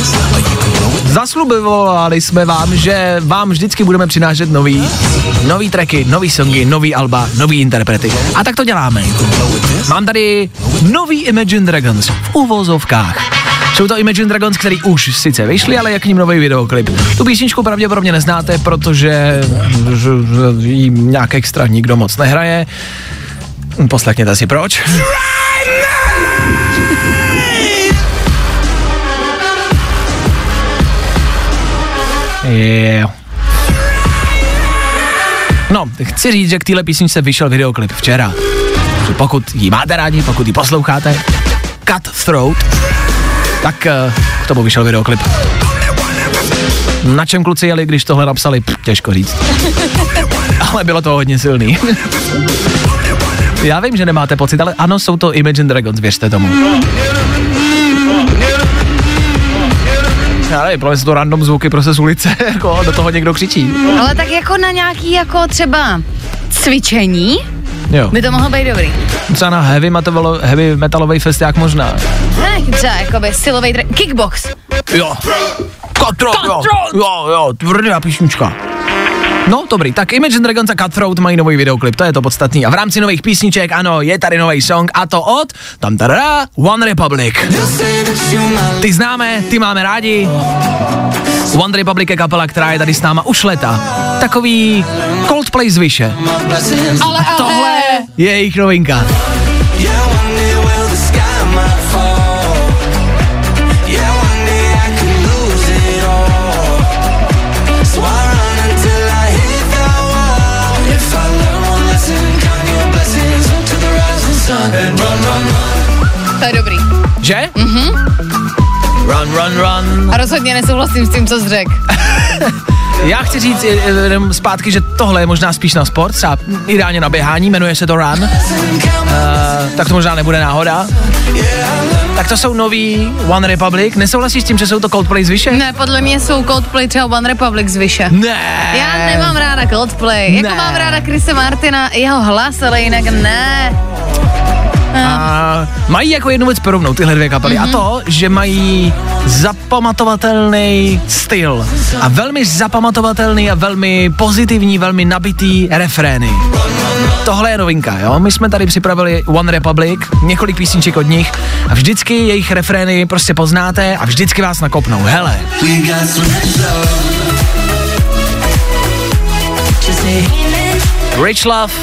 Speaker 3: Zaslubovali jsme vám, že vám vždycky budeme přinášet nový, nový tracky, nový songy, nový alba, nový interprety. A tak to děláme. Mám tady nový Imagine Dragons v uvozovkách. Jsou to Imagine Dragons, který už sice vyšli, ale je k ním nový videoklip. Tu písničku pravděpodobně neznáte, protože ji nějak extra nikdo moc nehraje. Poslechněte si proč. Yeah. No, chci říct, že k téhle písničce vyšel videoklip včera. Pokud ji máte rádi, pokud ji posloucháte, Cutthroat, tak uh, k tomu vyšel videoklip. Na čem kluci jeli, když tohle napsali? Pff, těžko říct. Ale bylo to hodně silný. Já vím, že nemáte pocit, ale ano, jsou to Imagine Dragons, věřte tomu. Já nevím, protože jsou to random zvuky prostě z ulice, jako do toho někdo křičí.
Speaker 1: Ale tak jako na nějaký jako třeba cvičení
Speaker 3: jo.
Speaker 1: By to mohlo být dobrý.
Speaker 3: Třeba na heavy, metalo, heavy metalový festiák možná.
Speaker 1: Ne, třeba jakoby silový dra- kickbox.
Speaker 3: Jo. Cutthroat, jo. Jo, jo, tvrdá písnička. No, dobrý, tak Imagine Dragons a Cutthroat mají nový videoklip, to je to podstatný. A v rámci nových písniček, ano, je tady nový song a to od tam tada, One Republic. Ty známe, ty máme rádi. One Republic je kapela, která je tady s náma už leta. Takový Coldplay z výše.
Speaker 1: Ale,
Speaker 3: a tohle je jejich novinka.
Speaker 1: To je dobrý.
Speaker 3: Že?
Speaker 1: Mhm.
Speaker 3: Run, run, run.
Speaker 1: A rozhodně nesouhlasím s tím, co jsi řekl.
Speaker 3: Já chci říct jenom zpátky, že tohle je možná spíš na sport, třeba ideálně na běhání, jmenuje se to Run. Uh, tak to možná nebude náhoda. Tak to jsou nový One Republic. Nesouhlasíš s tím, že jsou to Coldplay z výše?
Speaker 1: Ne, podle mě jsou Coldplay třeba One Republic z výše.
Speaker 3: Ne.
Speaker 1: Já nemám ráda Coldplay. Jako
Speaker 3: ne.
Speaker 1: mám ráda Chrisse Martina, jeho hlas, ale jinak ne.
Speaker 3: A mají jako jednu věc podobnou tyhle dvě kapely mm-hmm. a to, že mají zapamatovatelný styl a velmi zapamatovatelný a velmi pozitivní, velmi nabitý refrény. Tohle je novinka, jo? My jsme tady připravili One Republic, několik písniček od nich a vždycky jejich refrény prostě poznáte a vždycky vás nakopnou. Hele. Rich Love.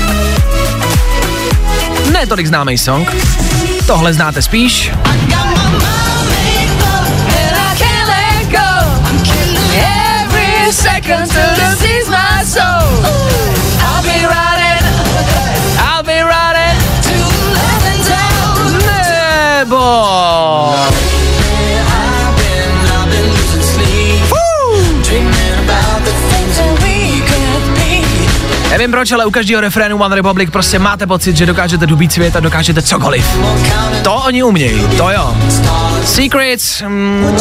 Speaker 3: Ne tolik známý song. Tohle znáte spíš. Nebo Nevím proč, ale u každého refrénu One Republic prostě máte pocit, že dokážete dobít svět a dokážete cokoliv. To oni umějí, to jo. Secrets, mm,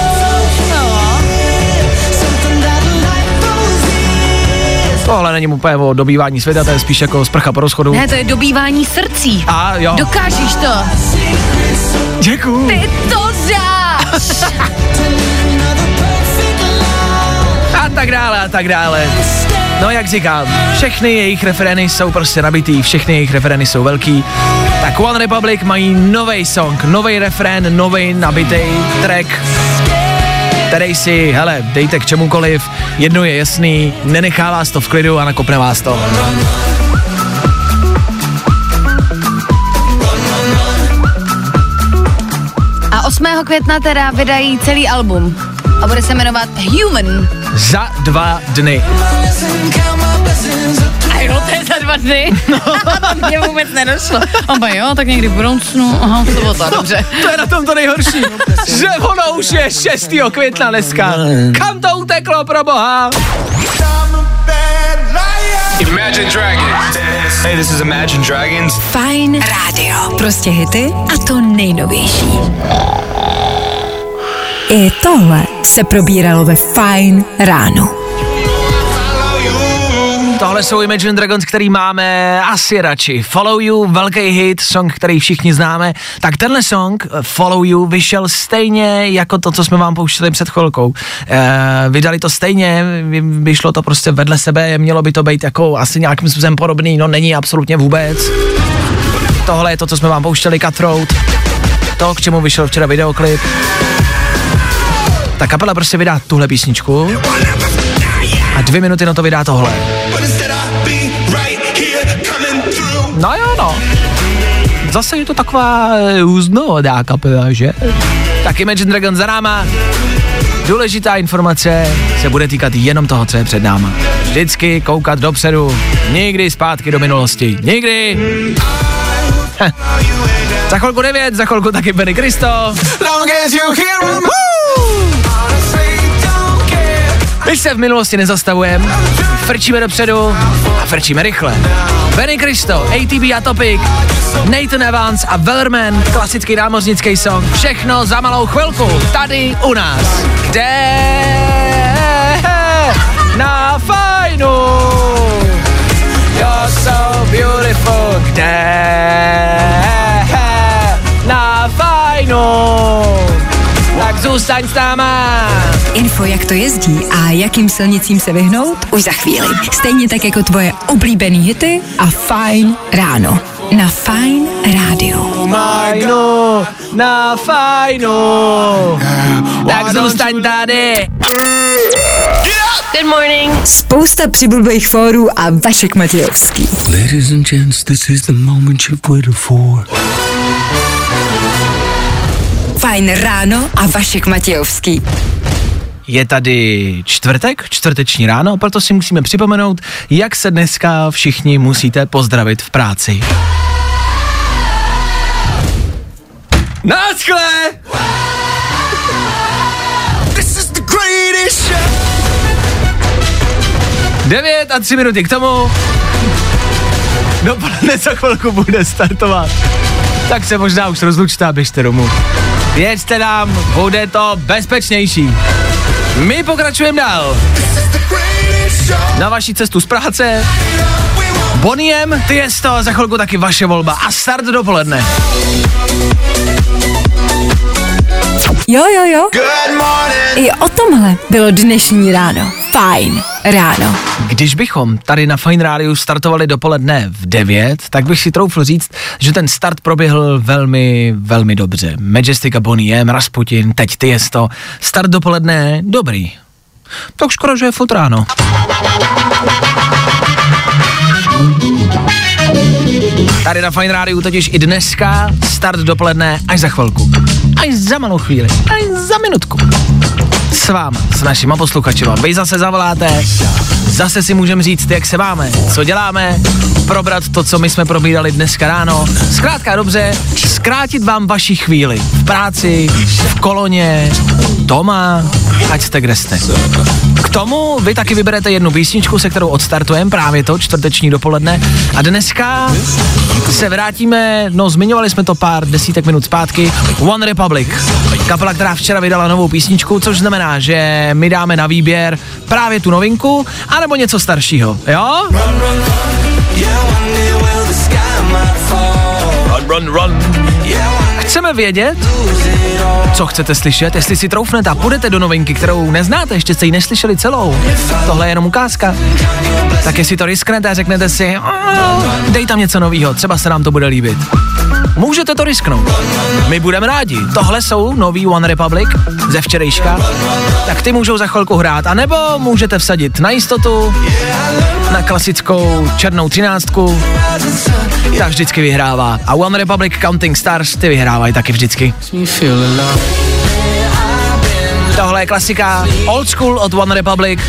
Speaker 3: tohle není úplně o dobývání světa, to je spíš jako sprcha po rozchodu.
Speaker 1: Ne, to je dobývání srdcí.
Speaker 3: A jo.
Speaker 1: Dokážeš to.
Speaker 3: Děkuju.
Speaker 1: Ty to dáš.
Speaker 3: A tak dále, a tak dále. No jak říkám, všechny jejich refrény jsou prostě nabitý, všechny jejich refrény jsou velký. Tak One Republic mají novej song, novej refrén, novej nabitý track, který si, hele, dejte k čemukoliv, jedno je jasný, nenechá vás to v klidu a nakopne vás to.
Speaker 1: A osmého května teda vydají celý album a bude se jmenovat Human.
Speaker 3: Za dva dny.
Speaker 1: A jo, to je za dva dny? No. To mě vůbec nedošlo. Oba jo, tak někdy v budoucnu, aha, sobota, dobře.
Speaker 3: To je na tom to nejhorší, že ono už je šestého května dneska. Kam to uteklo, pro boha?
Speaker 7: Imagine Dragons. Hey, this is Imagine Dragons.
Speaker 5: Fajn rádio. Prostě hity a to nejnovější. I tohle se probíralo ve Fajn ráno.
Speaker 3: Tohle jsou Imagine Dragons, který máme asi radši. Follow You, velký hit, song, který všichni známe. Tak tenhle song, Follow You, vyšel stejně jako to, co jsme vám pouštěli před chvilkou. E, vydali to stejně, vyšlo to prostě vedle sebe, mělo by to být jako asi nějakým způsobem podobný, no není absolutně vůbec. Tohle je to, co jsme vám pouštěli, Cutthroat. To, k čemu vyšel včera videoklip. Ta kapela prostě vydá tuhle písničku a dvě minuty na to vydá tohle. No jo, no. Zase je to taková úznovodá kapela, že? Tak Imagine Dragons za náma. Důležitá informace se bude týkat jenom toho, co je před náma. Vždycky koukat dopředu, nikdy zpátky do minulosti. Nikdy. Heh. Za chvilku devět, za chvilku taky Benny Cristo. My se v minulosti nezastavujeme, frčíme dopředu a frčíme rychle. Benny Cristo, A T B a Topic, Nathan Evans a Wellerman, klasický námořnický song, všechno za malou chvilku, tady u nás. Kde? Na Fajnu. You're so beautiful. Kde? Na Fajnu. Tak zůstaň s náma.
Speaker 5: Info, jak to jezdí a jakým silnicím se vyhnout, už za chvíli. Stejně tak jako tvoje oblíbený hity a Fajn ráno. Na Fajn rádiu.
Speaker 3: Fajnu, na Fajnu. Tak zůstaň tady.
Speaker 6: Good morning.
Speaker 5: Spousta přibulbých fórů a Vašek Matějovský.
Speaker 2: Ladies and gents, this is the moment you've waited for.
Speaker 5: Fajn ráno a Vašek Matějovský.
Speaker 3: Je tady čtvrtek, čtvrteční ráno, proto si musíme připomenout, jak se dneska všichni musíte pozdravit v práci. Naschle! Devět a tři minuty k tomu. Dopoledne za chvilku bude startovat. Tak se možná už rozlučte a běžte domů. Jeďte nám, bude to bezpečnější. My pokračujeme dál. Na vaši cestu z práce. Boniem, Tiesto, za chvilku taky vaše volba a start dopoledne.
Speaker 5: Jo, jo, jo. I o tomhle bylo dnešní ráno. Fajn ráno.
Speaker 3: Když bychom tady na Fajn rádiu startovali dopoledne v devět, tak bych si troufl říct, že ten start proběhl velmi, velmi dobře. Majestic a Bonnie M, Rasputin, teď Tiesto. Start dopoledne dobrý. Tak škoda, že je furt ráno. Tady na Fajn rádiu totiž i dneska start dopoledne až za chvilku. Až za malou chvíli. Až za minutku. S váma, s našima posluchačima. Vy zase zavoláte, zase si můžeme říct, jak se máme, co děláme, probrat to, co my jsme probírali dneska ráno. Zkrátka dobře, zkrátit vám vaši chvíli v práci, v koloně, doma, ať jste kde jste. K tomu vy taky vyberete jednu písničku, se kterou odstartujeme právě to čtvrteční dopoledne. A dneska se vrátíme, no zmiňovali jsme to pár desítek minut zpátky, One Republic. Kapela, která včera vydala novou písničku, což znamená, že my dáme na výběr právě tu novinku, anebo něco staršího, jo? Run, run, run. Chceme vědět, co chcete slyšet, jestli si troufnete a půjdete do novinky, kterou neznáte, ještě jste ji neslyšeli celou. Tohle je jenom ukázka. Tak jestli to risknete a řeknete si, dej tam něco novýho, třeba se nám to bude líbit. Můžete to risknout. My budeme rádi. Tohle jsou nový One Republic ze včerejška. Tak ty můžou za chvilku hrát. A nebo můžete vsadit na jistotu, na klasickou černou třináctku. Ta vždycky vyhrává. A One Republic Counting Stars, ty vyhrávají taky vždycky. Tohle je klasika Old School od One Republic.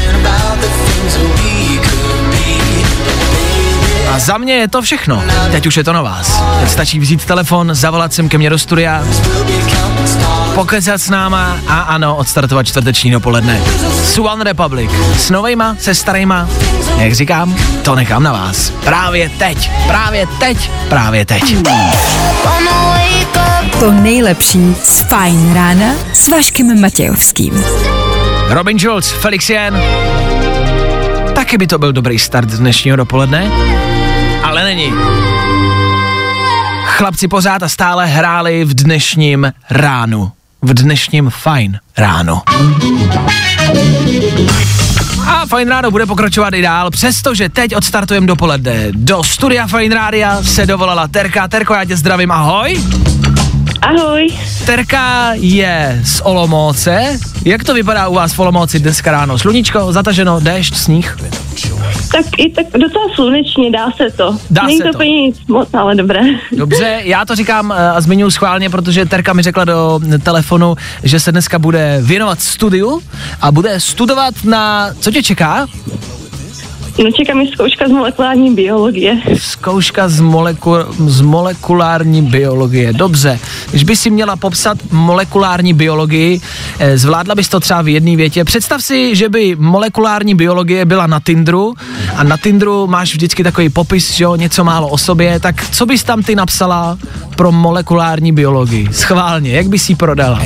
Speaker 3: A za mě je to všechno. Teď už je to na vás. Teď stačí vzít telefon, zavolat sem ke mně do studia, pokecat s náma a ano, odstartovat čtvrteční dopoledne. S One Republic. S novejma, se starejma. Jak říkám, to nechám na vás. Právě teď, právě teď, právě teď.
Speaker 5: To nejlepší z Fajn rána s Vaškem Matějovským.
Speaker 3: Robin Schulz, Felix Jen. Taky by to byl dobrý start dnešního dopoledne, ale není. Chlapci pořád a stále hráli v dnešním ránu. V dnešním Fajn ráno. A Fajn ráno bude pokračovat i dál, přestože teď odstartujeme dopoledne. Do studia Fajn rádia se dovolala Terka. Terko, já tě zdravím, ahoj.
Speaker 8: Ahoj.
Speaker 3: Terka je z Olomouce. Jak to vypadá u vás v Olomouci dneska ráno? Sluníčko, zataženo, déšť, sníh?
Speaker 8: Tak i tak docela slunečně, dá se to.
Speaker 3: Dá
Speaker 8: Není
Speaker 3: se
Speaker 8: to
Speaker 3: to.
Speaker 8: úplně nic moc, ale dobré.
Speaker 3: Dobře, já to říkám a zmiňuji schválně, protože Terka mi řekla do telefonu, že se dneska bude věnovat studiu a bude studovat na... Co tě čeká?
Speaker 8: No čeká mi zkouška z molekulární biologie.
Speaker 3: Zkouška z, moleku- z molekulární biologie. Dobře, když by si měla popsat molekulární biologii, eh, zvládla bys to třeba v jedné větě. Představ si, že by molekulární biologie byla na Tinderu a na Tinderu máš vždycky takový popis, že jo, něco málo o sobě, tak co bys tam ty napsala pro molekulární biologii? Schválně, jak bys ji prodala?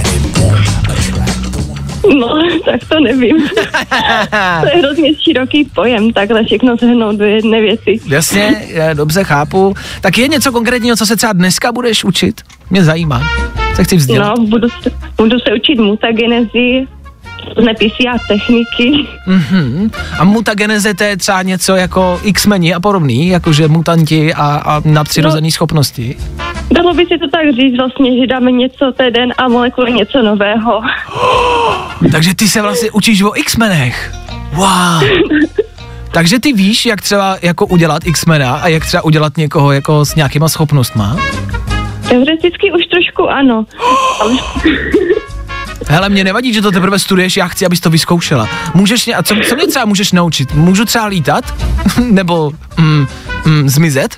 Speaker 8: No, tak to nevím. To je hrozně široký pojem, takhle všechno shrnout do jedné věci.
Speaker 3: Jasně, je, dobře, chápu. Tak je něco konkrétního, co se třeba dneska budeš učit? Mě zajímá. Co chci vzdělat?
Speaker 8: No, budu se, budu se učit mutagenezi, různé P C R techniky.
Speaker 3: Mm-hmm. A mutageneze to je třeba něco jako X-meni a podobný, jakože mutanti a, a nadpřirozený no, schopnosti?
Speaker 8: Dalo by se to tak říct vlastně, že dáme něco ten a molekuly něco nového.
Speaker 3: Takže ty se vlastně učíš o X-menech. Wow. Takže ty víš, jak třeba jako udělat X-mena a jak třeba udělat někoho jako s nějakýma schopnostma?
Speaker 8: Teoreticky už trošku ano. Ale...
Speaker 3: Hele, mě nevadí, že to teprve studuješ, já chci, abys to vyzkoušela. Můžeš mě, a co, co mě třeba můžeš naučit? Můžu třeba lítat? Nebo mm, mm, zmizet?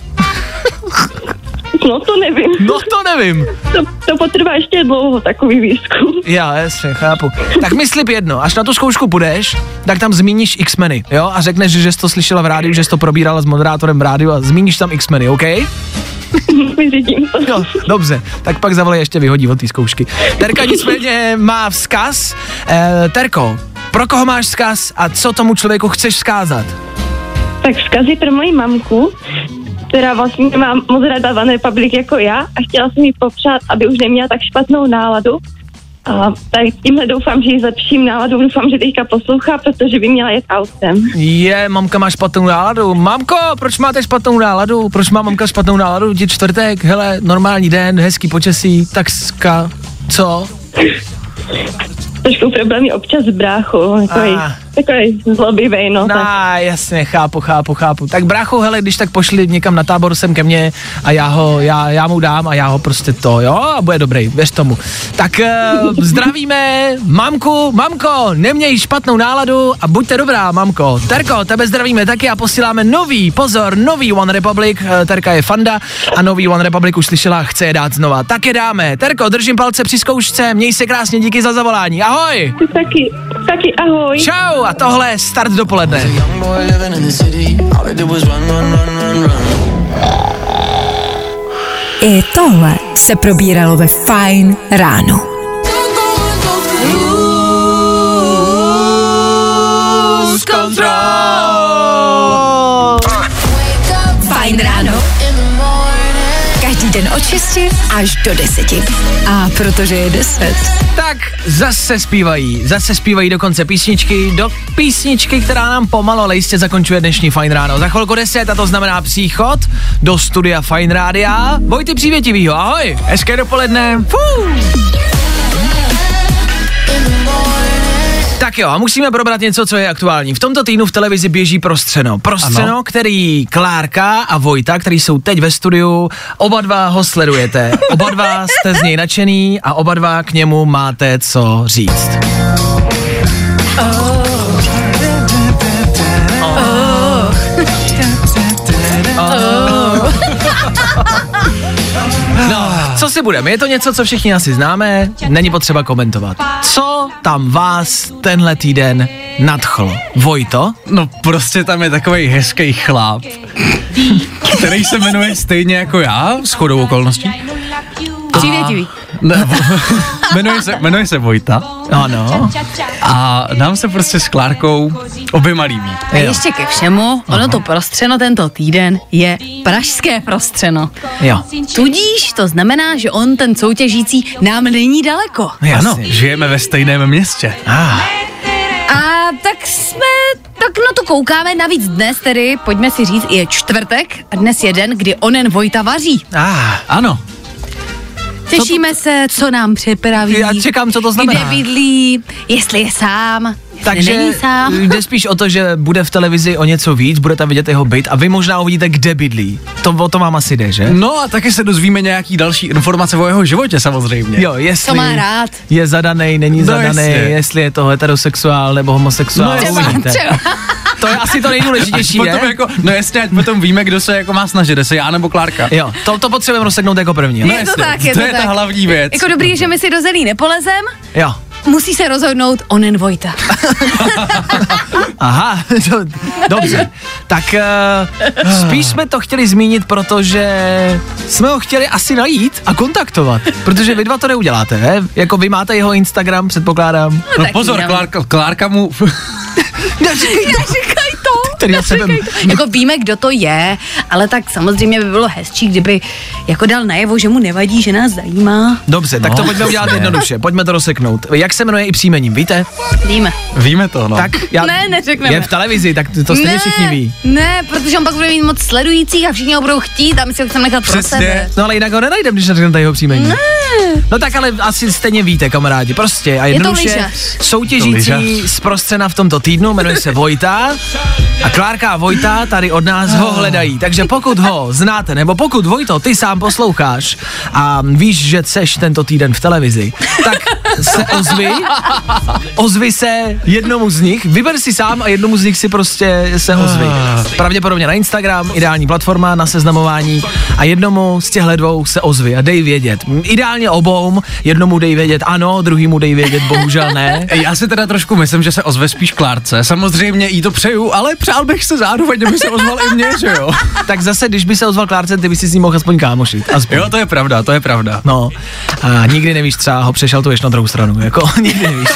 Speaker 8: No to nevím.
Speaker 3: No to nevím.
Speaker 8: To, to potrvá ještě dlouho, takový výzkum.
Speaker 3: Já, jasně, chápu. Tak mi slib jedno, až na tu zkoušku půjdeš, tak tam zmíníš X-meny, jo? A řekneš, že jsi to slyšela v rádiu, že jsi to probírala s moderátorem v rádiu a zmíníš tam X-meny, OK?
Speaker 8: Vyřídím to.
Speaker 3: Jo, dobře, tak pak zavolej, ještě vyhodí od té zkoušky. Terka nicméně má vzkaz. E, Terko, pro koho máš vzkaz a co tomu člověku chceš vzkázat?
Speaker 8: Tak vzkazy pro moji mamku, která vlastně má moc ráda One Republic jako já a chtěla jsem jí popřát, aby už neměla tak špatnou náladu. A tak tímhle doufám, že jí zlepším náladu, doufám, že teďka poslouchá, protože by měla jet autem.
Speaker 3: Je, mamka má špatnou náladu. Mamko, proč máte špatnou náladu? Proč má mamka špatnou náladu? Je čtvrtek, hele, normální den, hezký počasí, takska, co?
Speaker 8: Trošku problémy občas s bráchou, takový, ah. takový zlobivej, no.
Speaker 3: No, tak. Jasně, chápu, chápu, chápu. Tak brácho, hele, když tak pošli někam na tábor sem ke mně a já ho, já, já mu dám a já ho prostě to, jo, a bude dobrý, věř tomu. Tak uh, zdravíme mamku, mamko, neměj špatnou náladu a buďte dobrá, mamko. Terko, tebe zdravíme taky a posíláme nový, pozor, nový One Republic, uh, Terka je fanda a nový One Republic už slyšela, chce je dát znova. Tak je dáme. Terko, držím palce při zkoušce, měj se krásně, díky za zavolání, ahoj.
Speaker 8: Ty taky, Taky ahoj.
Speaker 3: Čau a tohle je Start dopoledne.
Speaker 5: I tohle se probíralo ve Fajn ráno. Fajn ráno. Každý den od šesti až do deseti. A protože je deset.
Speaker 3: Tak zase zpívají, zase zpívají dokonce písničky, do písničky, která nám pomalu, ale jistě zakončuje dnešní Fajn ráno. Za chvilku deset a to znamená příchod do studia Fajn rádia. Vojty Přívětivýho, ahoj, hezké dopoledne. Fuu. Tak jo, a musíme probrat něco, co je aktuální. V tomto týdnu v televizi běží Prostřeno. Prostřeno, ano. Který Klárka a Vojta, který jsou teď ve studiu, oba dva ho sledujete. Oba dva jste z něj nadšený a oba dva k němu máte co říct. Oh. Oh. Oh. No, co si budeme? Je to něco, co všichni asi známe, není potřeba komentovat. Co tam vás tenhle týden nadchlo? Vojto?
Speaker 2: No prostě tam je takovej hezký chlap, který se jmenuje stejně jako já, shodou okolností.
Speaker 1: Přívětivý.
Speaker 2: Ne, jmenuje, se, jmenuje se Vojta.
Speaker 3: Ano.
Speaker 2: A nám se prostě s Klárkou oběma líbí.
Speaker 1: A ještě ke všemu, ono to Prostřeno tento týden je pražské Prostřeno.
Speaker 3: Jo.
Speaker 1: Tudíž to znamená, že on, ten soutěžící, nám není daleko.
Speaker 2: Ano, žijeme ve stejném městě.
Speaker 3: Ah.
Speaker 1: A tak jsme, tak na to koukáme, navíc dnes tedy, pojďme si říct, je čtvrtek a dnes je den, kdy onen Vojta vaří.
Speaker 3: Ah,
Speaker 2: ano.
Speaker 1: Těšíme to... se, co nám připraví.
Speaker 3: Já čekám, co to znamená.
Speaker 1: Kde bydlí, jestli je sám, jestli
Speaker 3: Takže
Speaker 1: není sám.
Speaker 3: jde spíš o to, že bude v televizi o něco víc, budete vidět jeho byt a vy možná uvidíte, kde bydlí. To o to vám asi jde, že?
Speaker 2: No a taky se dozvíme nějaký další informace o jeho životě samozřejmě.
Speaker 3: Jo, jestli
Speaker 1: to má rád.
Speaker 3: Je zadanej, není
Speaker 2: no
Speaker 3: zadaný,
Speaker 2: jestli.
Speaker 3: jestli je to heterosexuál nebo homosexuál.
Speaker 2: No
Speaker 1: Třeba, třeba.
Speaker 3: To je asi to nejdůležitější,
Speaker 2: potom
Speaker 3: ne?
Speaker 2: Jako, no jasně, ať potom víme, kdo se jako má snažit, jestli já nebo Klárka.
Speaker 3: Jo, to, to potřebujeme rozseknout jako první.
Speaker 1: Je to tak, je
Speaker 2: to,
Speaker 1: to
Speaker 2: je
Speaker 1: tak.
Speaker 2: ta hlavní věc.
Speaker 1: Jako dobrý, že my si do zelí nepolezem,
Speaker 3: Jo.
Speaker 1: musí se rozhodnout onen Vojta.
Speaker 3: Aha, to, dobře. Tak uh, spíš jsme to chtěli zmínit, protože jsme ho chtěli asi najít a kontaktovat, protože vy dva to neuděláte, ne? Jako vy máte jeho Instagram, předpokládám.
Speaker 2: No pozor, Klárka, Klárka mu...
Speaker 3: Neříkej to.
Speaker 1: Neříkej to.
Speaker 3: Který já se vem...
Speaker 1: Jako víme, kdo to je, ale tak samozřejmě by bylo hezčí, kdyby jako dal najevo, že mu nevadí, že nás zajímá.
Speaker 3: Dobře, tak to
Speaker 2: No,
Speaker 3: pojďme udělat jednoduše, pojďme to rozseknout. Jak se jmenuje i příjmením, víte?
Speaker 1: Víme.
Speaker 2: Víme to, no.
Speaker 3: Tak já...
Speaker 1: Ne, neřekneme.
Speaker 3: Je v televizi, tak to stejně
Speaker 1: ne,
Speaker 3: všichni ví.
Speaker 1: Ne, protože on pak bude mít moc sledujících a všichni ho budou chtít a my si ho chceme nechat pro
Speaker 2: Přesně.
Speaker 1: sebe.
Speaker 3: No ale jinak ho nenajdem, když neřeknete jeho příjmení.
Speaker 1: Ne.
Speaker 3: No tak ale asi stejně víte, kamarádi, prostě a jednoduše
Speaker 1: lyžař.
Speaker 3: soutěžící z Prostřena v tomto týdnu, jmenuje se Vojta a Klárka a Vojta tady od nás ho hledají, takže pokud ho znáte, nebo pokud Vojto, ty sám posloucháš a víš, že seš tento týden v televizi, tak se ozvi, ozvi se jednomu z nich, vyber si sám a jednomu z nich si prostě se ozvi. Pravděpodobně na Instagram, ideální platforma na seznamování a jednomu z těchto dvou se ozvi a dej vědět. Ideálně obou, jednomu dej vědět ano, druhýmu dej vědět bohužel ne.
Speaker 2: Já si teda trošku myslím, že se ozve spíš Klárce. Samozřejmě jí to přeju, ale přál bych se zároveň, aby se ozval i mě, že jo?
Speaker 3: Tak zase, když by se ozval Klárce, ty by si s ním mohl aspoň kámošit. Aspoň.
Speaker 2: Jo, to je pravda, to je pravda.
Speaker 3: No, a nikdy nevíš, třeba ho přešel tu ještě na druhou stranu, jako nikdy nevíš.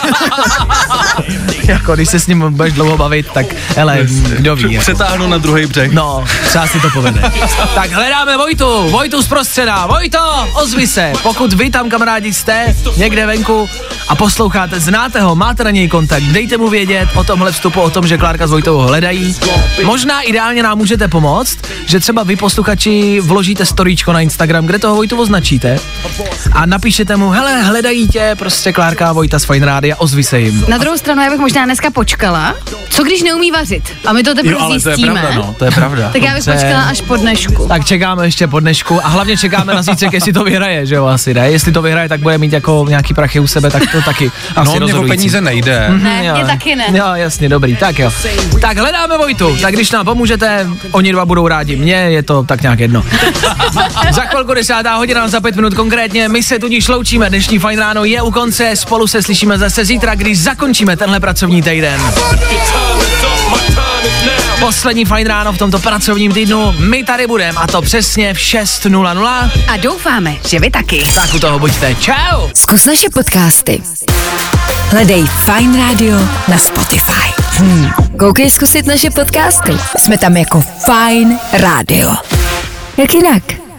Speaker 3: Jako, když se s ním budeš dlouho bavit, tak hele, kdo ví. Jako.
Speaker 2: Přetáhnu na druhý břeh.
Speaker 3: No, třeba si to povede. Tak hledáme Vojtu, Vojtu z Prostřena. Vojto, ozvi se, pokud vy tam kamarádi jste, někde venku a posloucháte, znáte ho, máte na něj kontakt, dejte mu vědět o tomhle vstupu, o tom, že Klárka s Vojtou ho hledají. Možná ideálně nám můžete pomoct, že třeba vy posluchači vložíte storíčko na Instagram, kde toho Vojtu označíte a napíšete mu, hele, hledají tě prostě Klárka a Vojta z Fajn rádia, ozvi se jim.
Speaker 1: Na druhou stranu, já bych možná dneska počkala, co když neumí vařit a my to teprve
Speaker 2: Jo, ale to je
Speaker 1: zjistíme.
Speaker 2: pravda, no, to je pravda.
Speaker 1: Tak já bych
Speaker 3: Dobře.
Speaker 1: počkala až po dnešku.
Speaker 3: Tak čekáme ještě po dnešku a hlavně čekáme na zítřek, jestli to vyhraje, že jo, asi ne? Jestli to vyhraje, tak bude mít jako nějaký prachy u sebe, tak to taky asi
Speaker 2: No, mě o
Speaker 3: rozhodující.
Speaker 2: peníze nejde.
Speaker 1: Ne, mě taky ne.
Speaker 3: Jo, jasně, dobrý, tak jo. Tak hledáme Vojtu, tak když nám pomůžete, oni dva budou rádi. Mně je to tak nějak jedno. Za chvilku desátá hodina, za pět minut konkrétně, my se tudíž loučíme. Dnešní Fajn ráno je u konce, spolu se slyšíme zase zítra, když zakončíme tenhle pracovní týden. Poslední Fajn ráno v tomto pracovním týdnu, my tady budeme, a to přesně v šest nula nula.
Speaker 1: A doufáme, že vy taky.
Speaker 3: Tak u toho buďte. Čau!
Speaker 5: Zkus naše podcasty. Hledej Fajn Radio na Spotify. Hmm. Koukej zkusit naše podcasty. Jsme tam jako Fajn Radio. Jak jinak?